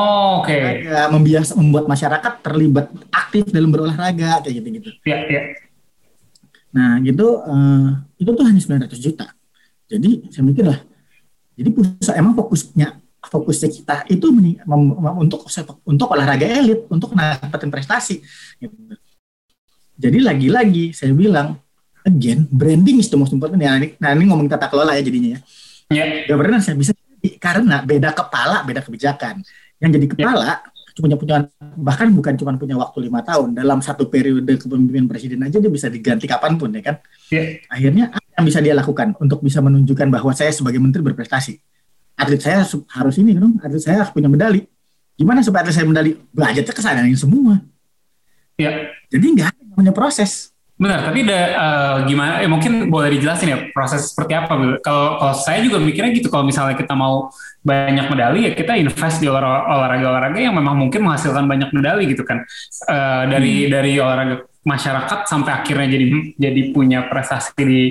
membuat masyarakat terlibat aktif dalam berolahraga kayak gitu-gitu. Iya. Nah, gitu itu tuh hanya 900 juta. Jadi saya mikir lah, jadi emang fokusnya kita itu untuk olahraga elit, untuk dapetin prestasi. Gitu. Jadi lagi-lagi saya bilang, again, branding is the most important. Nah ini ngomong tata kelola ya jadinya ya. Governance saya bisa karena beda kepala, beda kebijakan. Yang jadi kepala punya bahkan bukan cuma punya waktu 5 tahun, dalam satu periode kepemimpinan presiden aja dia bisa diganti kapanpun ya kan. Akhirnya apa yang bisa dia lakukan untuk bisa menunjukkan bahwa saya sebagai menteri berprestasi? Atlet saya harus ini dong, atlet saya harus punya medali. Gimana supaya atlet saya medali? Budgetnya kesadaran semua. Jadi nggak ada namanya proses. Benar, tapi gimana? Mungkin boleh dijelasin ya proses seperti apa? Kalau saya juga mikirnya gitu, kalau misalnya kita mau banyak medali ya kita invest di olahraga yang memang mungkin menghasilkan banyak medali gitu kan. Dari olahraga masyarakat sampai akhirnya jadi punya prestasi di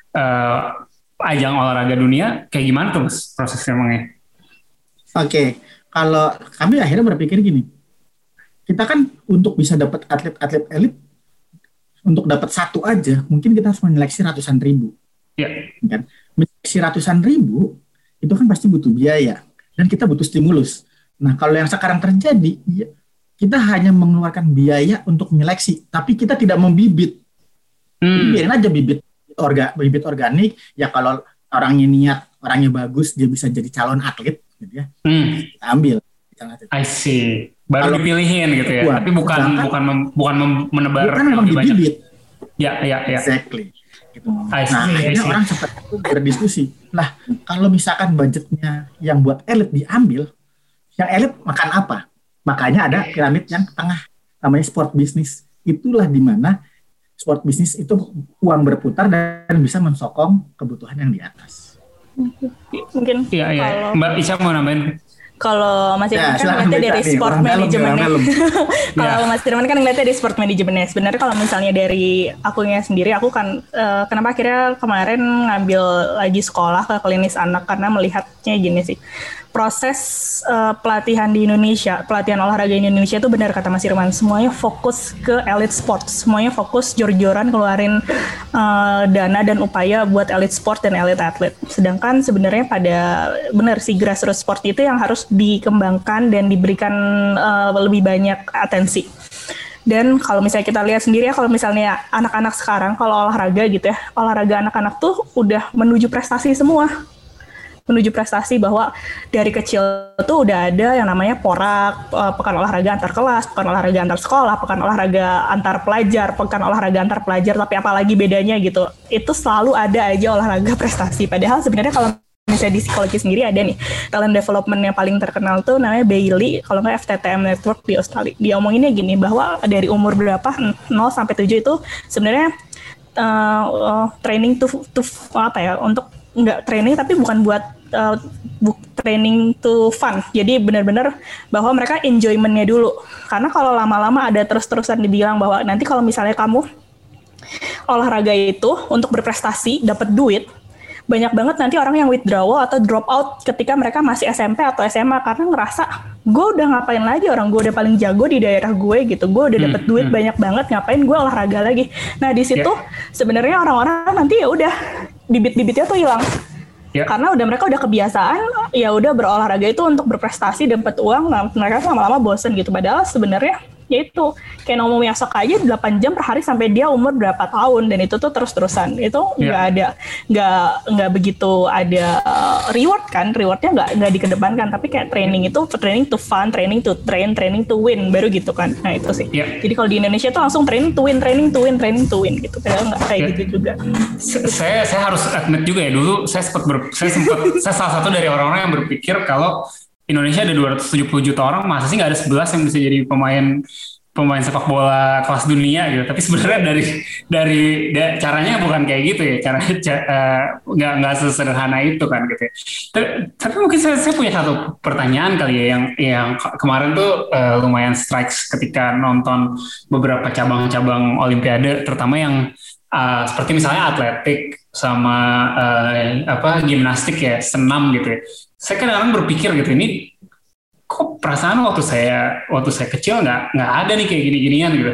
ajang olahraga dunia, kayak gimana tuh Mas prosesnya emangnya? Oke, kalau kami akhirnya berpikir gini, kita kan untuk bisa dapat atlet-atlet elit, untuk dapat satu aja, mungkin kita harus menyeleksi ratusan ribu. Kan? Menyeleksi ratusan ribu, itu kan pasti butuh biaya. Dan kita butuh stimulus. Nah, kalau yang sekarang terjadi, kita hanya mengeluarkan biaya untuk menyeleksi, tapi kita tidak membibit. Biarin aja bibit organik, ya kalau orangnya niat, orangnya bagus, dia bisa jadi calon atlet, gitu ya. Kita ambil. I see. Baru dipilihin gitu ya. Tapi bukan menebar. Bukan memang dibibit. Ya. Exactly. Gitu. Nah, akhirnya orang sempat berdiskusi. Lah, kalau misalkan budgetnya yang buat elit diambil, yang elit makan apa? Makanya ada piramid yang tengah, namanya sport business. Itulah di mana sport business itu uang berputar dan bisa mensokong kebutuhan yang di atas. Mungkin. Iya. Mbak Ica mau nambahin? Kalau Mas Irman kan ngeliatnya dari sport manajemennya. Kalau Mas Irman kan ngeliatnya dari sport manajemennya. Sebenarnya kalau misalnya dari akunya sendiri, aku kan kenapa akhirnya kemarin ngambil lagi sekolah ke klinis anak, karena melihatnya gini sih. Proses pelatihan di Indonesia, pelatihan olahraga di Indonesia itu benar kata Mas Irman, semuanya fokus ke elite sport, semuanya fokus jor-joran keluarin dana dan upaya buat elite sport dan elite atlet. Sedangkan sebenarnya benar si grassroots sport itu yang harus dikembangkan dan diberikan lebih banyak atensi. Dan kalau misalnya kita lihat sendiri ya, kalau misalnya anak-anak sekarang kalau olahraga gitu ya, olahraga anak-anak tuh udah menuju prestasi semua. menuju prestasi, bahwa dari kecil tuh udah ada yang namanya porak, pekan olahraga antar kelas, pekan olahraga antar sekolah, pekan olahraga antar pelajar, pekan olahraga antar pelajar, tapi apalagi bedanya gitu. Itu selalu ada aja olahraga prestasi. Padahal sebenarnya kalau misalnya di psikologi sendiri ada nih talent development yang paling terkenal tuh namanya Bailey, kalau nggak FTTM Network di Australia. Dia omonginnya gini, bahwa dari umur berapa 0 sampai 7 itu sebenarnya training to apa ya, untuk nggak training tapi bukan buat training to fun. Jadi benar-benar bahwa mereka enjoyment-nya dulu. Karena kalau lama-lama ada terus-terusan dibilang bahwa nanti kalau misalnya kamu olahraga itu untuk berprestasi, dapat duit, banyak banget nanti orang yang withdrawal atau drop out ketika mereka masih SMP atau SMA karena ngerasa gue udah ngapain lagi, orang gue udah paling jago di daerah gue gitu, gue udah dapet duit banyak banget, ngapain gue olahraga lagi. Nah di situ sebenarnya orang-orang nanti ya udah bibit-bibitnya tuh hilang. Karena mereka udah kebiasaan ya udah berolahraga itu untuk berprestasi, dapat uang, nah mereka lama-lama bosen gitu. Padahal sebenarnya ya itu kayak Naomi Osaka aja 8 jam per hari sampai dia umur berapa tahun, dan itu tuh terus-terusan. Itu nggak begitu ada reward kan, rewardnya nggak dikedepankan, tapi kayak training itu training to fun, training to train, training to win, baru gitu kan. Nah itu sih. Jadi kalau di Indonesia tuh langsung training to win, training to win, training to win gitu. Padahal nggak kayak gitu juga. Saya harus admit juga ya, dulu saya salah satu dari orang-orang yang berpikir kalau Indonesia ada 270 juta orang, masa sih nggak ada 11 yang bisa jadi pemain sepak bola kelas dunia gitu. Tapi sebenarnya dari caranya bukan kayak gitu ya, nggak sesederhana itu kan gitu ya. Tapi mungkin saya punya satu pertanyaan kali ya, yang kemarin tuh lumayan strikes ketika nonton beberapa cabang-cabang Olimpiade, terutama yang seperti misalnya atletik sama gimnastik ya, senam gitu ya. Saya kadang-kadang berpikir gitu, ini kok perasaan waktu saya kecil nggak ada nih kayak gini-ginian gitu.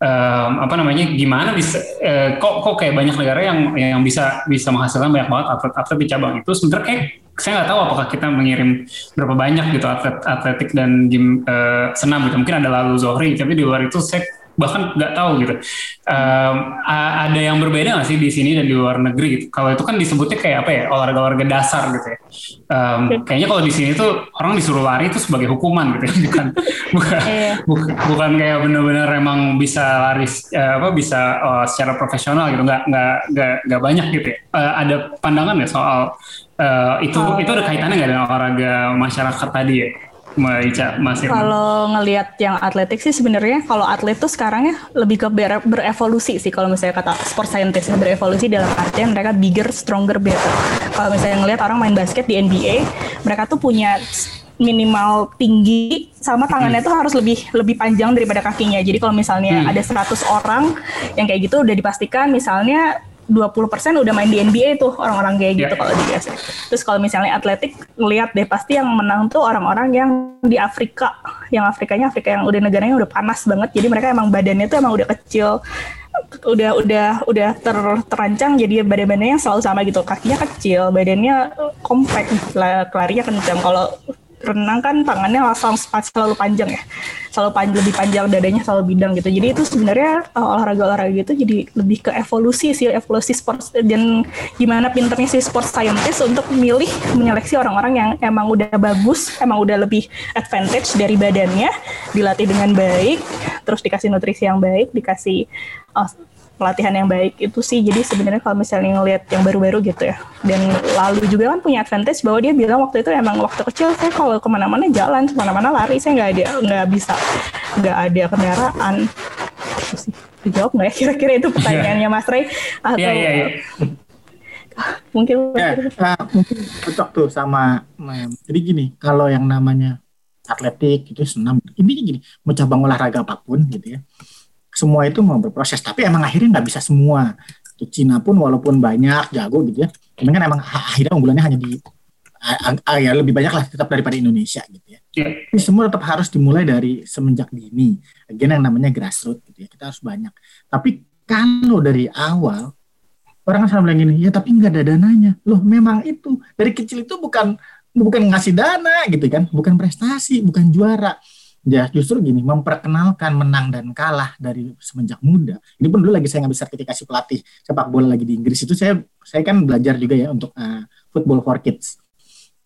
Gimana bisa kok kayak banyak negara yang bisa menghasilkan banyak banget atlet di cabang itu. Sebenarnya kayak saya nggak tahu apakah kita mengirim berapa banyak gitu atletik dan gym senam gitu. Mungkin ada Lalu Zohri, tapi di luar itu saya bahkan nggak tahu gitu. Ada yang berbeda nggak sih di sini dan di luar negeri gitu? Kalau itu kan disebutnya kayak apa ya, olahraga dasar gitu ya. Kayaknya kalau di sini tuh orang disuruh lari itu sebagai hukuman gitu ya. bukan kayak benar-benar emang bisa lari secara profesional gitu. Nggak banyak gitu ya. Ada pandangan ya soal itu ada kaitannya nggak dengan olahraga masyarakat tadi ya? Kalau ngelihat yang atletik sih sebenarnya, kalau atlet tuh sekarang ya lebih ke berevolusi sih, kalau misalnya kata sport scientist, berevolusi dalam artian mereka bigger, stronger, better. Kalau misalnya ngelihat orang main basket di NBA, mereka tuh punya minimal tinggi sama tangannya tuh harus lebih panjang daripada kakinya. Jadi kalau misalnya ada 100 orang yang kayak gitu, udah dipastikan misalnya 20% udah main di NBA tuh orang-orang kayak gitu kalau di US. Terus kalau misalnya atletik, ngelihat deh pasti yang menang tuh orang-orang yang di Afrika, yang Afrika yang udah negaranya udah panas banget. Jadi mereka emang badannya tuh emang udah kecil, udah terancang, jadi badan-badannya selalu sama gitu. Kakinya kecil, badannya compact, larinya kencang. Kalau renang kan tangannya langsung selalu panjang ya, lebih panjang, dadanya selalu bidang gitu. Jadi itu sebenarnya olahraga itu jadi lebih ke evolusi sport, dan gimana pinternya si sport scientist untuk menyeleksi orang-orang yang emang udah bagus, emang udah lebih advantage dari badannya, dilatih dengan baik, terus dikasih nutrisi yang baik, dikasih pelatihan yang baik itu sih. Jadi sebenarnya kalau misalnya ngelihat yang baru-baru gitu ya, dan Lalu juga kan punya advantage bahwa dia bilang waktu itu emang waktu kecil saya kalau kemana-mana jalan, kemana-mana lari, saya nggak ada kendaraan. Itu sih, dijawab nggak ya kira-kira itu pertanyaannya Mas Ray? Atau mungkin cocok tuh sama jadi gini, kalau yang namanya atletik itu senam, ini gini, mau cabang olahraga apapun gitu ya, semua itu mau berproses, tapi emang akhirnya nggak bisa semua. Cina pun walaupun banyak jago gitu ya, tapi kan emang akhirnya unggulannya hanya di ya lebih banyak lah tetap daripada Indonesia gitu ya. Ini semua tetap harus dimulai dari semenjak dini. Again yang namanya grassroots gitu ya, kita harus banyak. Tapi kalau dari awal orang kan selalu bilang gini, ya tapi nggak ada dananya. Loh memang itu dari kecil itu bukan ngasih dana gitu kan, bukan prestasi, bukan juara. Ya justru gini, memperkenalkan menang dan kalah dari semenjak muda. Ini pun dulu lagi saya ngambil sertifikasi pelatih sepak bola lagi di Inggris itu, saya kan belajar juga ya untuk football for kids.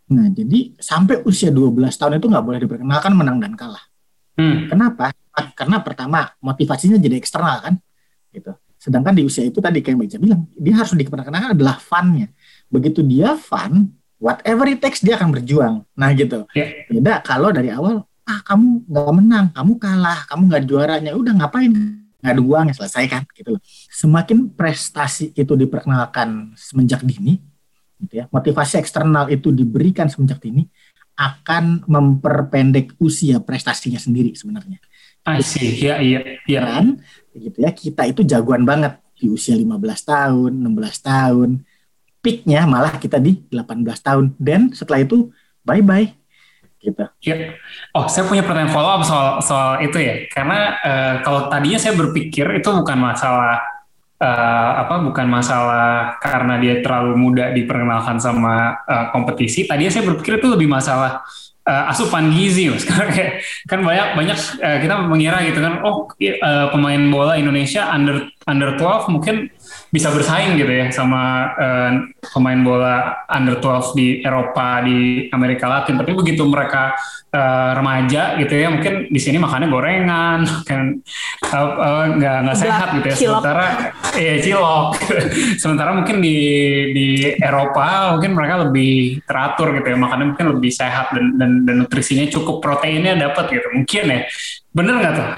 Nah, jadi sampai usia 12 tahun itu nggak boleh diperkenalkan menang dan kalah. Kenapa? Karena pertama, motivasinya jadi eksternal kan, gitu. Sedangkan di usia itu tadi kayak Mbak Ica bilang, dia harus diperkenalkan adalah fun-nya. Begitu dia fun, whatever it takes dia akan berjuang. Nah gitu. Beda kalau dari awal, kamu nggak menang, kamu kalah, kamu nggak juaranya, udah ngapain? Nggak ada uangnya, selesai kan, gitu loh. Semakin prestasi itu diperkenalkan semenjak dini, gitu ya, motivasi eksternal itu diberikan semenjak dini, akan memperpendek usia prestasinya sendiri sebenarnya. Iya. Dan gitu ya, kita itu jagoan banget di usia 15 tahun, 16 tahun. Peaknya malah kita di 18 tahun. Dan setelah itu bye-bye. Gitu. Ya. Oh, saya punya pertanyaan follow up soal itu ya. Karena kalau tadinya saya berpikir itu bukan masalah bukan masalah karena dia terlalu muda diperkenalkan sama kompetisi. Tadinya saya berpikir itu lebih masalah asupan gizi, Mas. Kan banyak kita mengira gitu kan, pemain bola Indonesia under 12 mungkin bisa bersaing gitu ya sama pemain bola under 12 di Eropa, di Amerika Latin. Tapi begitu mereka remaja gitu ya, mungkin di sini makannya gorengan, kan nggak sehat gitu ya. Sementara cilok. Sementara mungkin di Eropa mungkin mereka lebih teratur gitu ya, makannya mungkin lebih sehat dan nutrisinya cukup, proteinnya dapat gitu. Mungkin ya, bener nggak tuh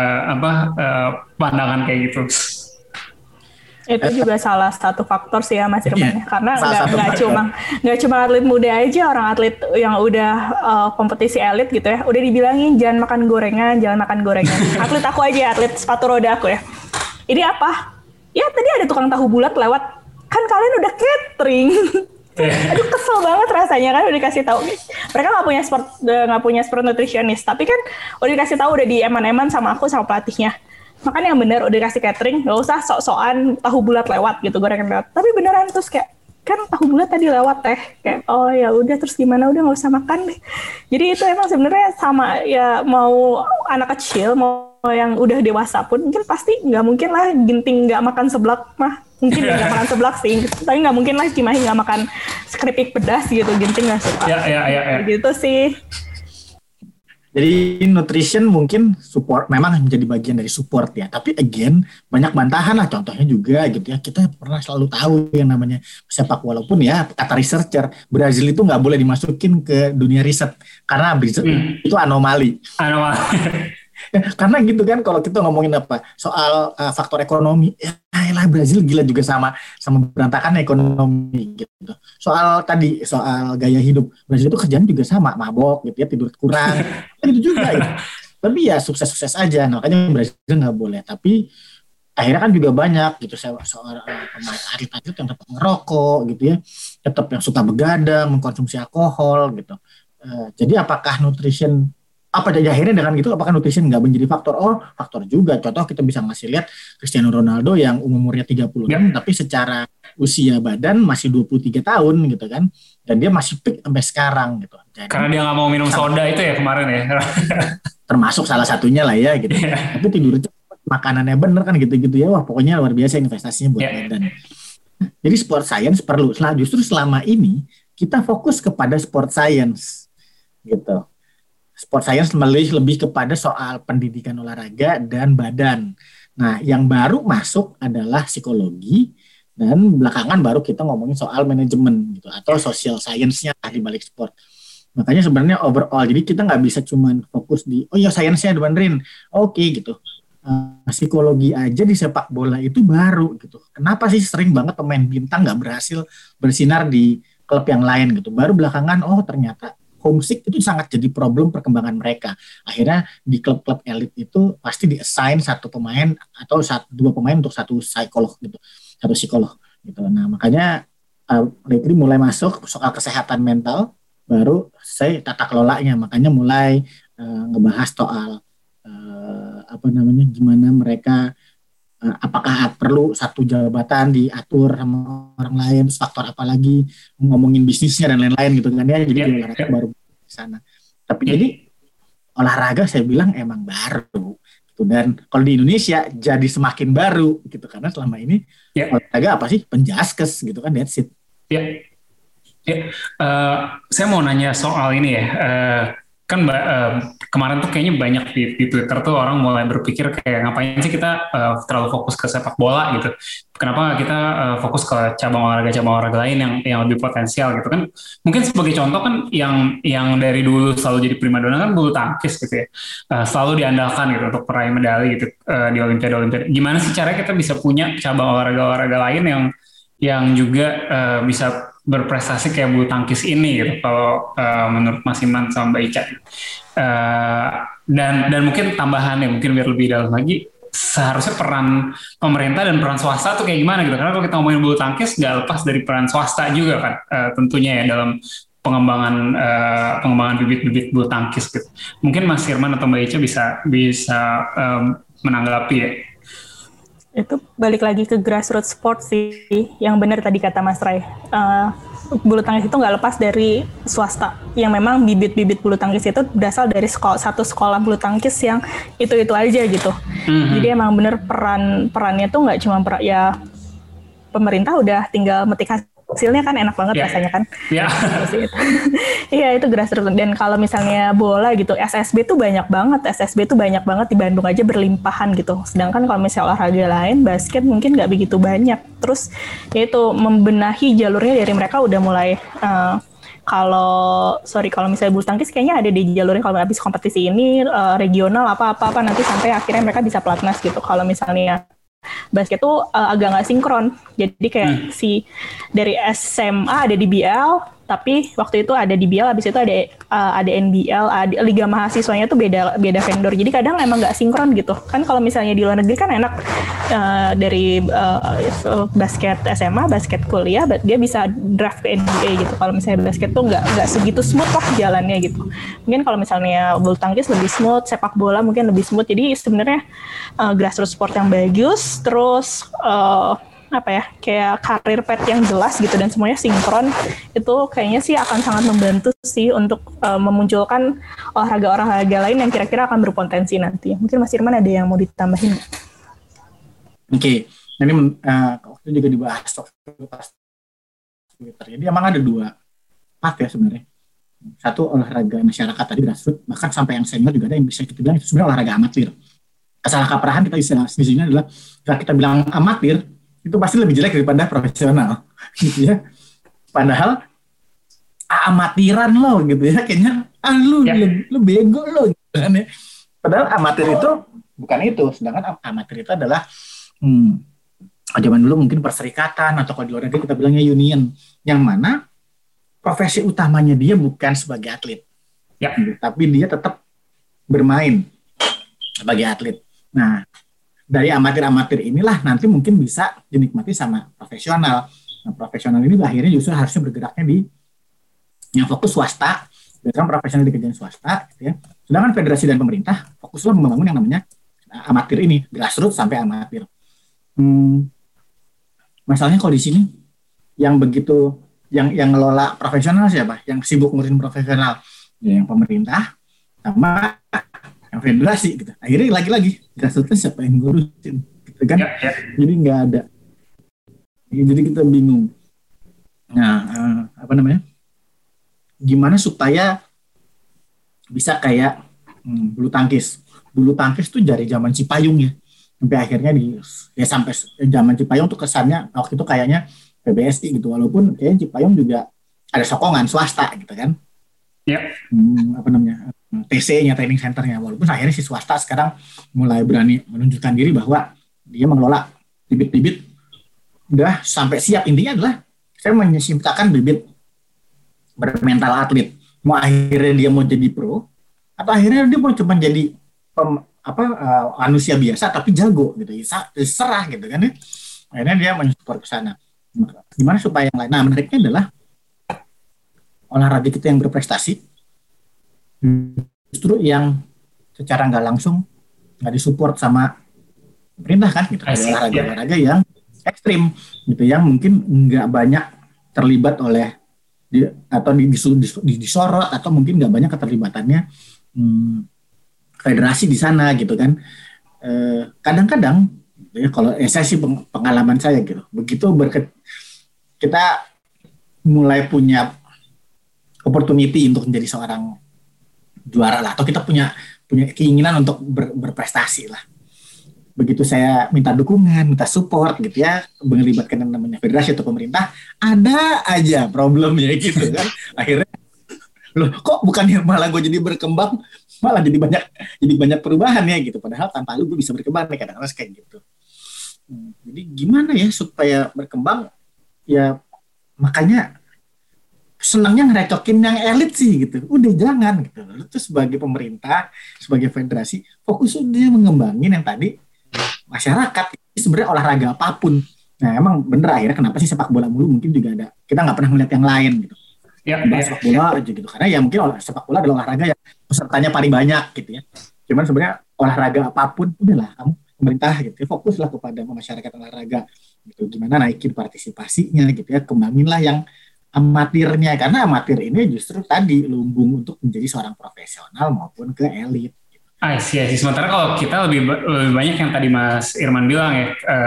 pandangan kayak gitu? Itu juga salah satu faktor sih ya Mas Irman, karena nggak cuma atlet muda aja, orang atlet yang udah kompetisi elit gitu ya, udah dibilangin jangan makan gorengan. Atlet aku aja, atlet sepatu roda aku ya, ini apa? Ya tadi ada tukang tahu bulat lewat, kan kalian udah catering. Aduh kesel banget rasanya kan, udah dikasih tahu mereka nggak punya sport nutritionist, tapi kan udah dikasih tahu, udah di eman-eman sama aku sama pelatihnya. Makanya yang benar udah kasih catering, nggak usah sok-sokan tahu bulat lewat gitu, gorengan lewat. Tapi beneran, terus kayak kan tahu bulat tadi lewat kayak oh ya udah, terus gimana, udah nggak usah makan deh. Jadi itu emang sebenarnya sama ya, mau anak kecil mau yang udah dewasa pun mungkin pasti nggak mungkin lah Ginting nggak makan seblak mah, mungkin nggak makan seblak sih, tapi nggak mungkin lah Cimahi nggak makan keripik pedas gitu, Ginting nggak suka. Ya. Gitu sih. Jadi nutrition mungkin support, memang menjadi bagian dari support ya. Tapi again, banyak bantahan lah, contohnya juga gitu ya. Kita pernah selalu tahu yang namanya sepak, walaupun ya kata researcher, Brazil itu nggak boleh dimasukin ke dunia riset karena Brazil itu anomali. Karena gitu kan, kalau kita ngomongin soal faktor ekonomi, lah Brazil gila juga sama berantakan ekonomi gitu. Soal gaya hidup, Brazil itu kerjaan juga sama, mabok gitu ya, tidur kurang, gitu juga gitu. Tapi ya sukses aja, makanya Brazil nggak boleh. Tapi akhirnya kan juga banyak gitu soal pemain atlet yang tetap ngerokok gitu ya, tetap yang suka begadang, mengkonsumsi alkohol gitu. Jadi apakah nutrition akhirnya dengan gitu apakah nutrition nggak menjadi faktor? Faktor juga. Contoh kita bisa ngasih lihat Cristiano Ronaldo yang umurnya 36 tapi secara usia badan masih 23 tahun gitu kan, dan dia masih peak sampai sekarang gitu. Jadi, karena dia nggak mau minum soda itu ya kemarin ya. Termasuk salah satunya lah ya gitu. Tapi tidur cepat, makanannya bener kan gitu-gitu ya. Wah pokoknya luar biasa investasinya buat badan. Jadi sport science perlu. Justru selama ini kita fokus kepada sport science gitu. Sport science lebih kepada soal pendidikan olahraga dan badan. Nah, yang baru masuk adalah psikologi, dan belakangan baru kita ngomongin soal manajemen gitu, atau social science-nya di balik sport. Makanya sebenarnya overall, jadi kita nggak bisa cuma fokus di science-nya dibenerin, oke gitu. Psikologi aja di sepak bola itu baru gitu. Kenapa sih sering banget pemain bintang nggak berhasil bersinar di klub yang lain gitu? Baru belakangan ternyata homesick itu sangat jadi problem perkembangan mereka. Akhirnya di klub-klub elit itu pasti di-assign satu pemain atau dua pemain untuk satu psikolog gitu. Satu psikolog gitu. Nah, makanya lately mulai masuk soal kesehatan mental, baru saya tata kelolanya. Makanya mulai ngebahas soal gimana mereka apakah perlu satu jabatan diatur sama orang lain, faktor apa lagi, ngomongin bisnisnya dan lain-lain gitu kan ya. Jadi olahraga baru di sana. Tapi jadi olahraga saya bilang emang baru gitu. Dan kalau di Indonesia jadi semakin baru gitu, karena selama ini olahraga apa sih, penjaskes gitu kan, that's it. Ya, saya mau nanya soal ini ya. Kan kemarin tuh kayaknya banyak di Twitter tuh orang mulai berpikir kayak ngapain sih kita terlalu fokus ke sepak bola gitu. Kenapa nggak kita fokus ke cabang olahraga lain yang lebih potensial gitu kan? Mungkin sebagai contoh kan yang dari dulu selalu jadi primadona kan bulu tangkis gitu ya. Selalu diandalkan gitu untuk peraih medali gitu di Olimpiade. Gimana sih caranya kita bisa punya cabang olahraga lain yang juga bisa berprestasi kayak bulu tangkis ini gitu kalau menurut Mas Iman sama Mbak Ica. Dan mungkin tambahan ya mungkin biar lebih dalam lagi, seharusnya peran pemerintah dan peran swasta tuh kayak gimana gitu, karena kalau kita ngomongin bulu tangkis nggak lepas dari peran swasta juga kan, tentunya ya dalam pengembangan bibit-bibit bulu tangkis gitu. Mungkin Mas Firman atau Mbak Ica bisa menanggapi ya. Itu balik lagi ke grassroots sport sih, yang benar tadi kata Mas Ray. Bulu tangkis itu nggak lepas dari swasta, yang memang bibit-bibit bulu tangkis itu berasal dari satu sekolah bulu tangkis yang itu aja gitu. Jadi emang bener perannya tuh nggak cuma ya pemerintah udah tinggal metik hasilnya kan enak banget rasanya kan. Iya itu grassroots. Dan kalau misalnya bola gitu, SSB tuh banyak banget di Bandung aja berlimpahan gitu. Sedangkan kalau misalnya olahraga lain, basket mungkin nggak begitu banyak. Terus ya itu membenahi jalurnya dari mereka udah mulai kalau misalnya bulu tangkis kayaknya ada di jalurnya kalau habis kompetisi ini regional apa nanti sampai akhirnya mereka bisa pelatnas gitu. Kalau misalnya basket tuh agak nggak sinkron, jadi kayak si dari SMA ada di BL, tapi waktu itu ada di BL, habis itu ada NBL, ada Liga Mahasiswanya tuh beda vendor, jadi kadang emang nggak sinkron gitu kan. Kalau misalnya di luar negeri kan enak, dari basket SMA, basket kuliah dia bisa draft ke NBA gitu. Kalau misalnya basket tuh nggak segitu smooth lah jalannya gitu. Mungkin kalau misalnya bulu tangkis lebih smooth, sepak bola mungkin lebih smooth. Jadi sebenarnya grassroots sport yang bagus, terus kayak karir path yang jelas gitu dan semuanya sinkron, itu kayaknya sih akan sangat membantu sih untuk memunculkan olahraga lain yang kira-kira akan berpotensi nanti. Mungkin Mas Irman ada yang mau ditambahin? Oke. Ini waktu juga dibahas Twitter. Jadi emang ada dua path ya sebenarnya. Satu olahraga masyarakat tadi grassroots, bahkan sampai yang senior juga ada yang bisa kita bilang itu sebenarnya olahraga amatir. Kesalahkaprahan kita isinya adalah kalau kita bilang amatir itu pasti lebih jelek daripada profesional gitu ya. Padahal amatiran lo gitu ya, kayaknya lu bego lo gitu kan ya. Padahal amatir itu bukan itu, sedangkan amatir itu adalah zaman dulu mungkin perserikatan atau kalau di luar negeri kita bilangnya union, yang mana profesi utamanya dia bukan sebagai atlet ya, tapi dia tetap bermain sebagai atlet. Nah, dari amatir-amatir inilah nanti mungkin bisa dinikmati sama profesional. Nah, profesional ini akhirnya justru harusnya bergeraknya di yang fokus swasta, biasanya profesional dikerjain swasta, gitu ya. Sedangkan federasi dan pemerintah fokuslah membangun yang namanya amatir ini, grassroots sampai amatir. Masalahnya kalau di sini yang begitu yang ngelola profesional siapa? Yang sibuk ngurusin profesional, ya, yang pemerintah sama yang federasi gitu. Akhirnya lagi-lagi grassroots siapa yang ngurusin gitu kan. Jadi nggak ada. Jadi kita bingung. Nah, gimana supaya bisa kayak bulu tangkis. Bulu tangkis tuh dari zaman Cipayung ya. Sampai akhirnya sampai zaman Cipayung tuh kesannya waktu itu kayaknya PBSI gitu. Walaupun kayaknya Cipayung juga ada sokongan swasta gitu kan. TC-nya, training center-nya, walaupun akhirnya si swasta sekarang mulai berani menunjukkan diri bahwa dia mengelola bibit-bibit udah sampai siap. Intinya adalah saya menciptakan bibit bermental atlet, mau akhirnya dia mau jadi pro atau akhirnya dia mau cuma jadi manusia biasa tapi jago gitu, serah gitu kan ya. Akhirnya dia mensupport ke sana. Gimana supaya yang lain? Nah, menariknya adalah olahraga kita yang berprestasi justru yang secara nggak langsung nggak disupport sama pemerintah kan gitu. Olahraga yang ekstrim gitu, yang mungkin nggak banyak terlibat oleh atau disorot atau mungkin nggak banyak keterlibatannya federasi di sana gitu kan. Kadang-kadang ya, kalau saya sih pengalaman saya gitu, begitu kita mulai punya opportunity untuk menjadi seorang juara lah, atau kita punya keinginan untuk berprestasi lah. Begitu saya minta dukungan, minta support gitu ya, melibatkan yang namanya federasi atau pemerintah, ada aja problemnya gitu kan. Akhirnya loh, kok bukannya malah gue jadi berkembang, malah jadi banyak perubahan ya gitu. Padahal tanpa lu gue bisa berkembang nih, kadang-kadang kayak gitu. Jadi gimana ya supaya berkembang? Ya makanya senangnya ngerecokin yang elit sih gitu. Udah jangan gitu. Lu tuh sebagai pemerintah, sebagai federasi, fokus udah mengembangin yang tadi masyarakat. Sebenarnya olahraga apapun. Nah emang bener akhirnya kenapa sih sepak bola mulu? Mungkin juga ada, kita nggak pernah melihat yang lain gitu. Sepak bola aja gitu. Karena ya mungkin sepak bola adalah olahraga yang pesertanya paling banyak gitu ya. Cuman sebenarnya olahraga apapun, udahlah kamu pemerintah gitu ya, fokuslah kepada masyarakat olahraga gitu. Gimana naikin partisipasinya gitu ya. Kembanginlah yang amatirnya, karena amatir ini justru tadi lumbung untuk menjadi seorang profesional maupun ke elit. Sih. Sementara kalau kita lebih banyak yang tadi Mas Irman bilang ya,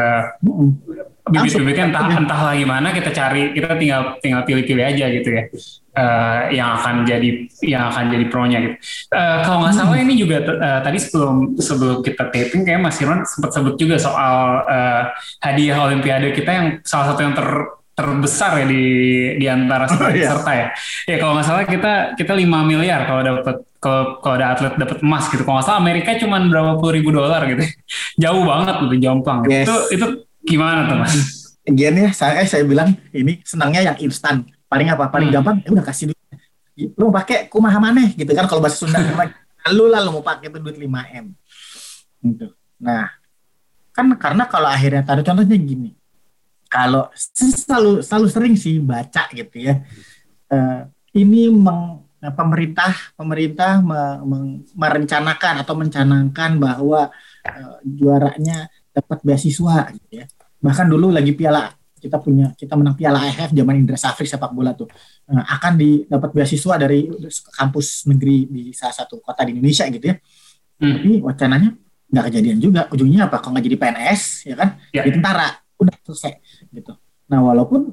bibit-bibitnya entah gimana kita cari, kita tinggal pilih-pilih aja gitu ya, yang akan jadi pro-nya gitu. Kalau nggak salah ini juga tadi sebelum kita taping kayak Mas Irman sempat sebut juga soal hadiah Olimpiade kita yang salah satu yang terbesar ya di antara peserta ya. Ya kalau nggak salah kita 5 miliar kalau ada atlet dapat emas gitu. Kalau nggak salah Amerika cuma berapa $10,000 gitu. Jauh banget gitu, jomplang. Yes. Itu gimana tuh Mas? Gian ya, saya bilang ini senangnya yang instan. Paling gampang, udah kasih duit. Lu mau pakai kumaha maneh gitu kan, kalau bahasa Sunda lu mau pakai itu duit 5M. Gitu. Nah, kan karena kalau akhirnya taruh contohnya gini. Kalau selalu sering sih baca gitu ya, ini pemerintah merencanakan atau mencanangkan bahwa juaranya dapat beasiswa gitu ya. Bahkan dulu lagi kita menang Piala AFF zaman Indra Safri sepak bola tuh, akan dapat beasiswa dari kampus negeri di salah satu kota di Indonesia gitu ya. Tapi wacananya nggak kejadian juga. Ujungnya apa? Kalau nggak jadi PNS ya kan, jadi tentara. Udah selesai gitu. Nah walaupun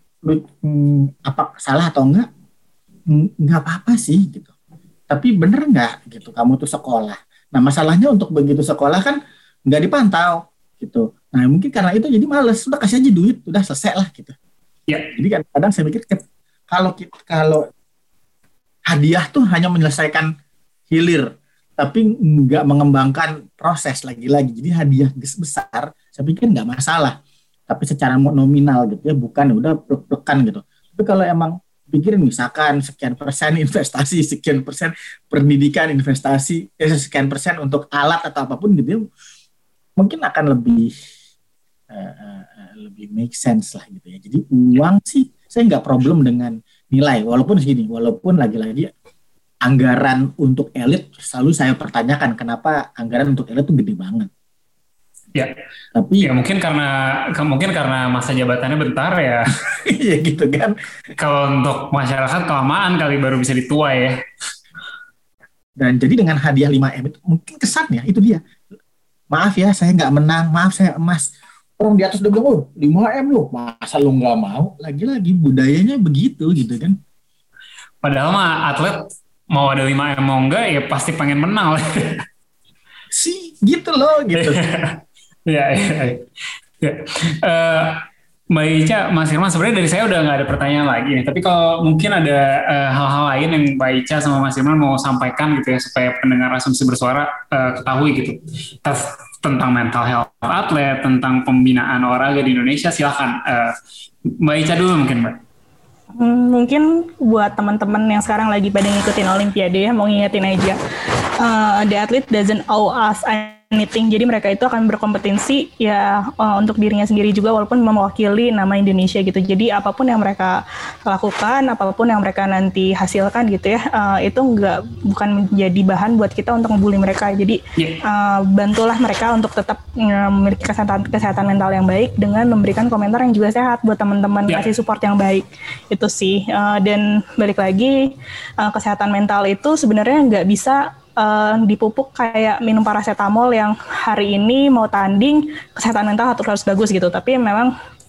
apa salah atau nggak apa-apa sih gitu. Tapi bener nggak gitu kamu tuh sekolah. Nah masalahnya untuk begitu sekolah kan nggak dipantau gitu. Nah mungkin karena itu jadi males. Udah kasih aja duit, udah selesai lah gitu. Ya. Jadi kadang-kadang saya mikir kalau hadiah tuh hanya menyelesaikan hilir, tapi nggak mengembangkan proses lagi-lagi. Jadi hadiah besar, saya pikir nggak masalah. Tapi secara nominal gitu ya, bukan udah plek-plekan gitu. Tapi kalau emang pikirin misalkan sekian persen investasi, sekian persen pendidikan investasi, sekian persen untuk alat atau apapun gitu ya, mungkin akan lebih make sense lah gitu ya. Jadi uang sih saya nggak problem dengan nilai, walaupun lagi-lagi anggaran untuk elit selalu saya pertanyakan kenapa anggaran untuk elit itu gede banget. Ya, tapi ya mungkin karena masa jabatannya bentar ya. Iya gitu kan. Kalau untuk masyarakat kelamaan kali baru bisa dituai ya. Dan jadi dengan hadiah 5M itu mungkin kesannya itu dia. Maaf ya saya nggak menang, maaf saya emas. Orang di atas udah bilang, 5M loh, masa lo nggak mau? Lagi-lagi budayanya begitu gitu kan. Padahal mah atlet mau ada 5M mau enggak ya pasti pengen menang lah. Sih gitu loh gitu. Ya. Mbak Ica, Mas Irman, sebenarnya dari saya udah nggak ada pertanyaan lagi nih. Tapi kalau mungkin ada hal-hal lain yang Mbak Ica sama Mas Irman mau sampaikan gitu ya, supaya pendengar Asumsi Bersuara ketahui gitu tentang mental health atlet, tentang pembinaan olahraga di Indonesia, silakan. Mbak Ica dulu mungkin, Mbak. Mungkin buat teman-teman yang sekarang lagi pada ngikutin Olimpiade ya, mau ngingetin aja, the athlete doesn't owe us anything. Jadi mereka itu akan berkompetensi ya untuk dirinya sendiri juga walaupun mewakili nama Indonesia gitu. Jadi apapun yang mereka lakukan, apapun yang mereka nanti hasilkan gitu ya, itu bukan menjadi bahan buat kita untuk ngebully mereka. Jadi bantulah mereka untuk tetap memiliki kesehatan mental yang baik dengan memberikan komentar yang juga sehat buat teman-teman, kasih support yang baik. Itu sih. Dan balik lagi, kesehatan mental itu sebenarnya nggak bisa dipupuk kayak minum paracetamol yang hari ini mau tanding kesehatan mental harus bagus gitu, tapi memang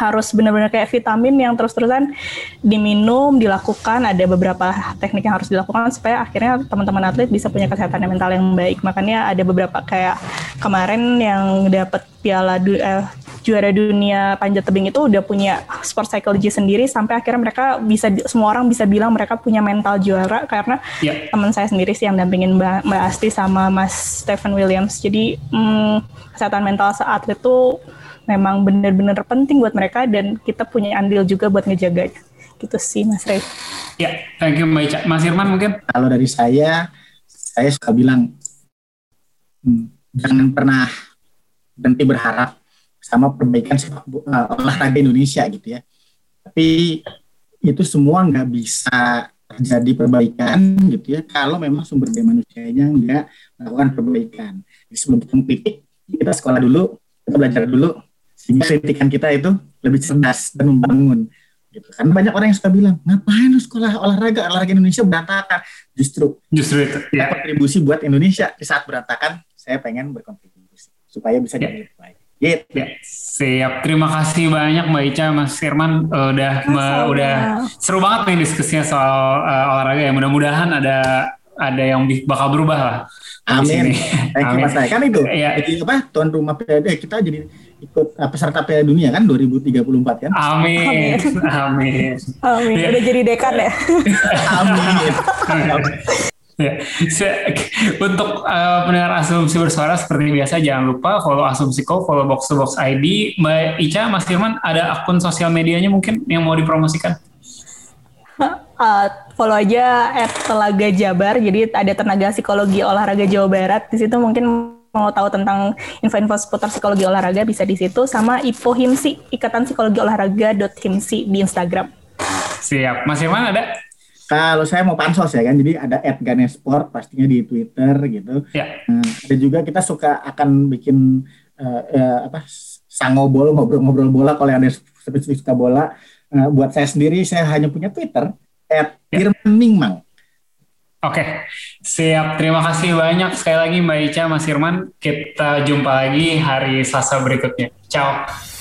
harus benar-benar kayak vitamin yang terus-terusan diminum, dilakukan. Ada beberapa teknik yang harus dilakukan supaya akhirnya teman-teman atlet bisa punya kesehatan mental yang baik. Makanya ada beberapa kayak kemarin yang dapat juara dunia panjat tebing itu udah punya sport psychology sendiri, sampai akhirnya mereka semua orang bisa bilang mereka punya mental juara karena teman saya sendiri sih yang dampingin Mbak Asti sama Mas Stephen Williams. Jadi kesehatan mental saat itu memang benar-benar penting buat mereka dan kita punya andil juga buat ngejaganya. Gitu sih Mas Ray. Ya, thank you Mbak Ica. Mas Irman mungkin? Kalau dari saya suka bilang jangan pernah berhenti berharap sama perbaikan olahraga Indonesia gitu ya. Tapi itu semua nggak bisa terjadi perbaikan gitu ya kalau memang sumber daya manusianya nggak melakukan perbaikan. Jadi sebelum kita mengkritik, kita sekolah dulu, kita belajar dulu, sehingga kritikan kita itu lebih cerdas dan membangun. Gitu. Karena banyak orang yang suka bilang, ngapain lu sekolah olahraga Indonesia berantakan. Justru itu ya. Kontribusi buat Indonesia di saat berantakan, saya pengen berkontribusi supaya bisa jadi lebih baik. Ya, siap. Terima kasih banyak Mbak Ica, Mas Firman udah seru banget nih diskusinya soal olahraga ya. Mudah-mudahan ada yang bakal berubah lah. Amin. Thank you Mas Ray. Kan itu. Jadi tuan rumah Piala kita jadi ikut peserta Piala Dunia kan 2034 kan? Amin. Udah jadi dekan ya. Amin. Ya. Untuk pendengar Asumsi Bersuara seperti biasa jangan lupa follow Asumsiko, follow Box to Box ID. Mbak Ica, Mas Firman, ada akun sosial medianya mungkin yang mau dipromosikan? Follow aja @telagajabar. Jadi ada Tenaga Psikologi Olahraga Jawa Barat. Di situ mungkin mau tahu tentang info-info seputar psikologi olahraga bisa di situ, sama IPO HIMSI, Ikatan Psikologi Olahraga.himsi di Instagram. Siap. Mas Firman ada? Kalau saya mau pansos ya kan, jadi ada @ganesport pastinya di Twitter gitu. Ya. Dan juga kita akan bikin sangobol, ngobrol bola kalau ada spesifik suka bola. Buat saya sendiri, saya hanya punya Twitter @irmanmingmang. Oke, siap. Terima kasih banyak sekali lagi Mbak Ica, Mas Firman. Kita jumpa lagi hari Selasa berikutnya. Ciao.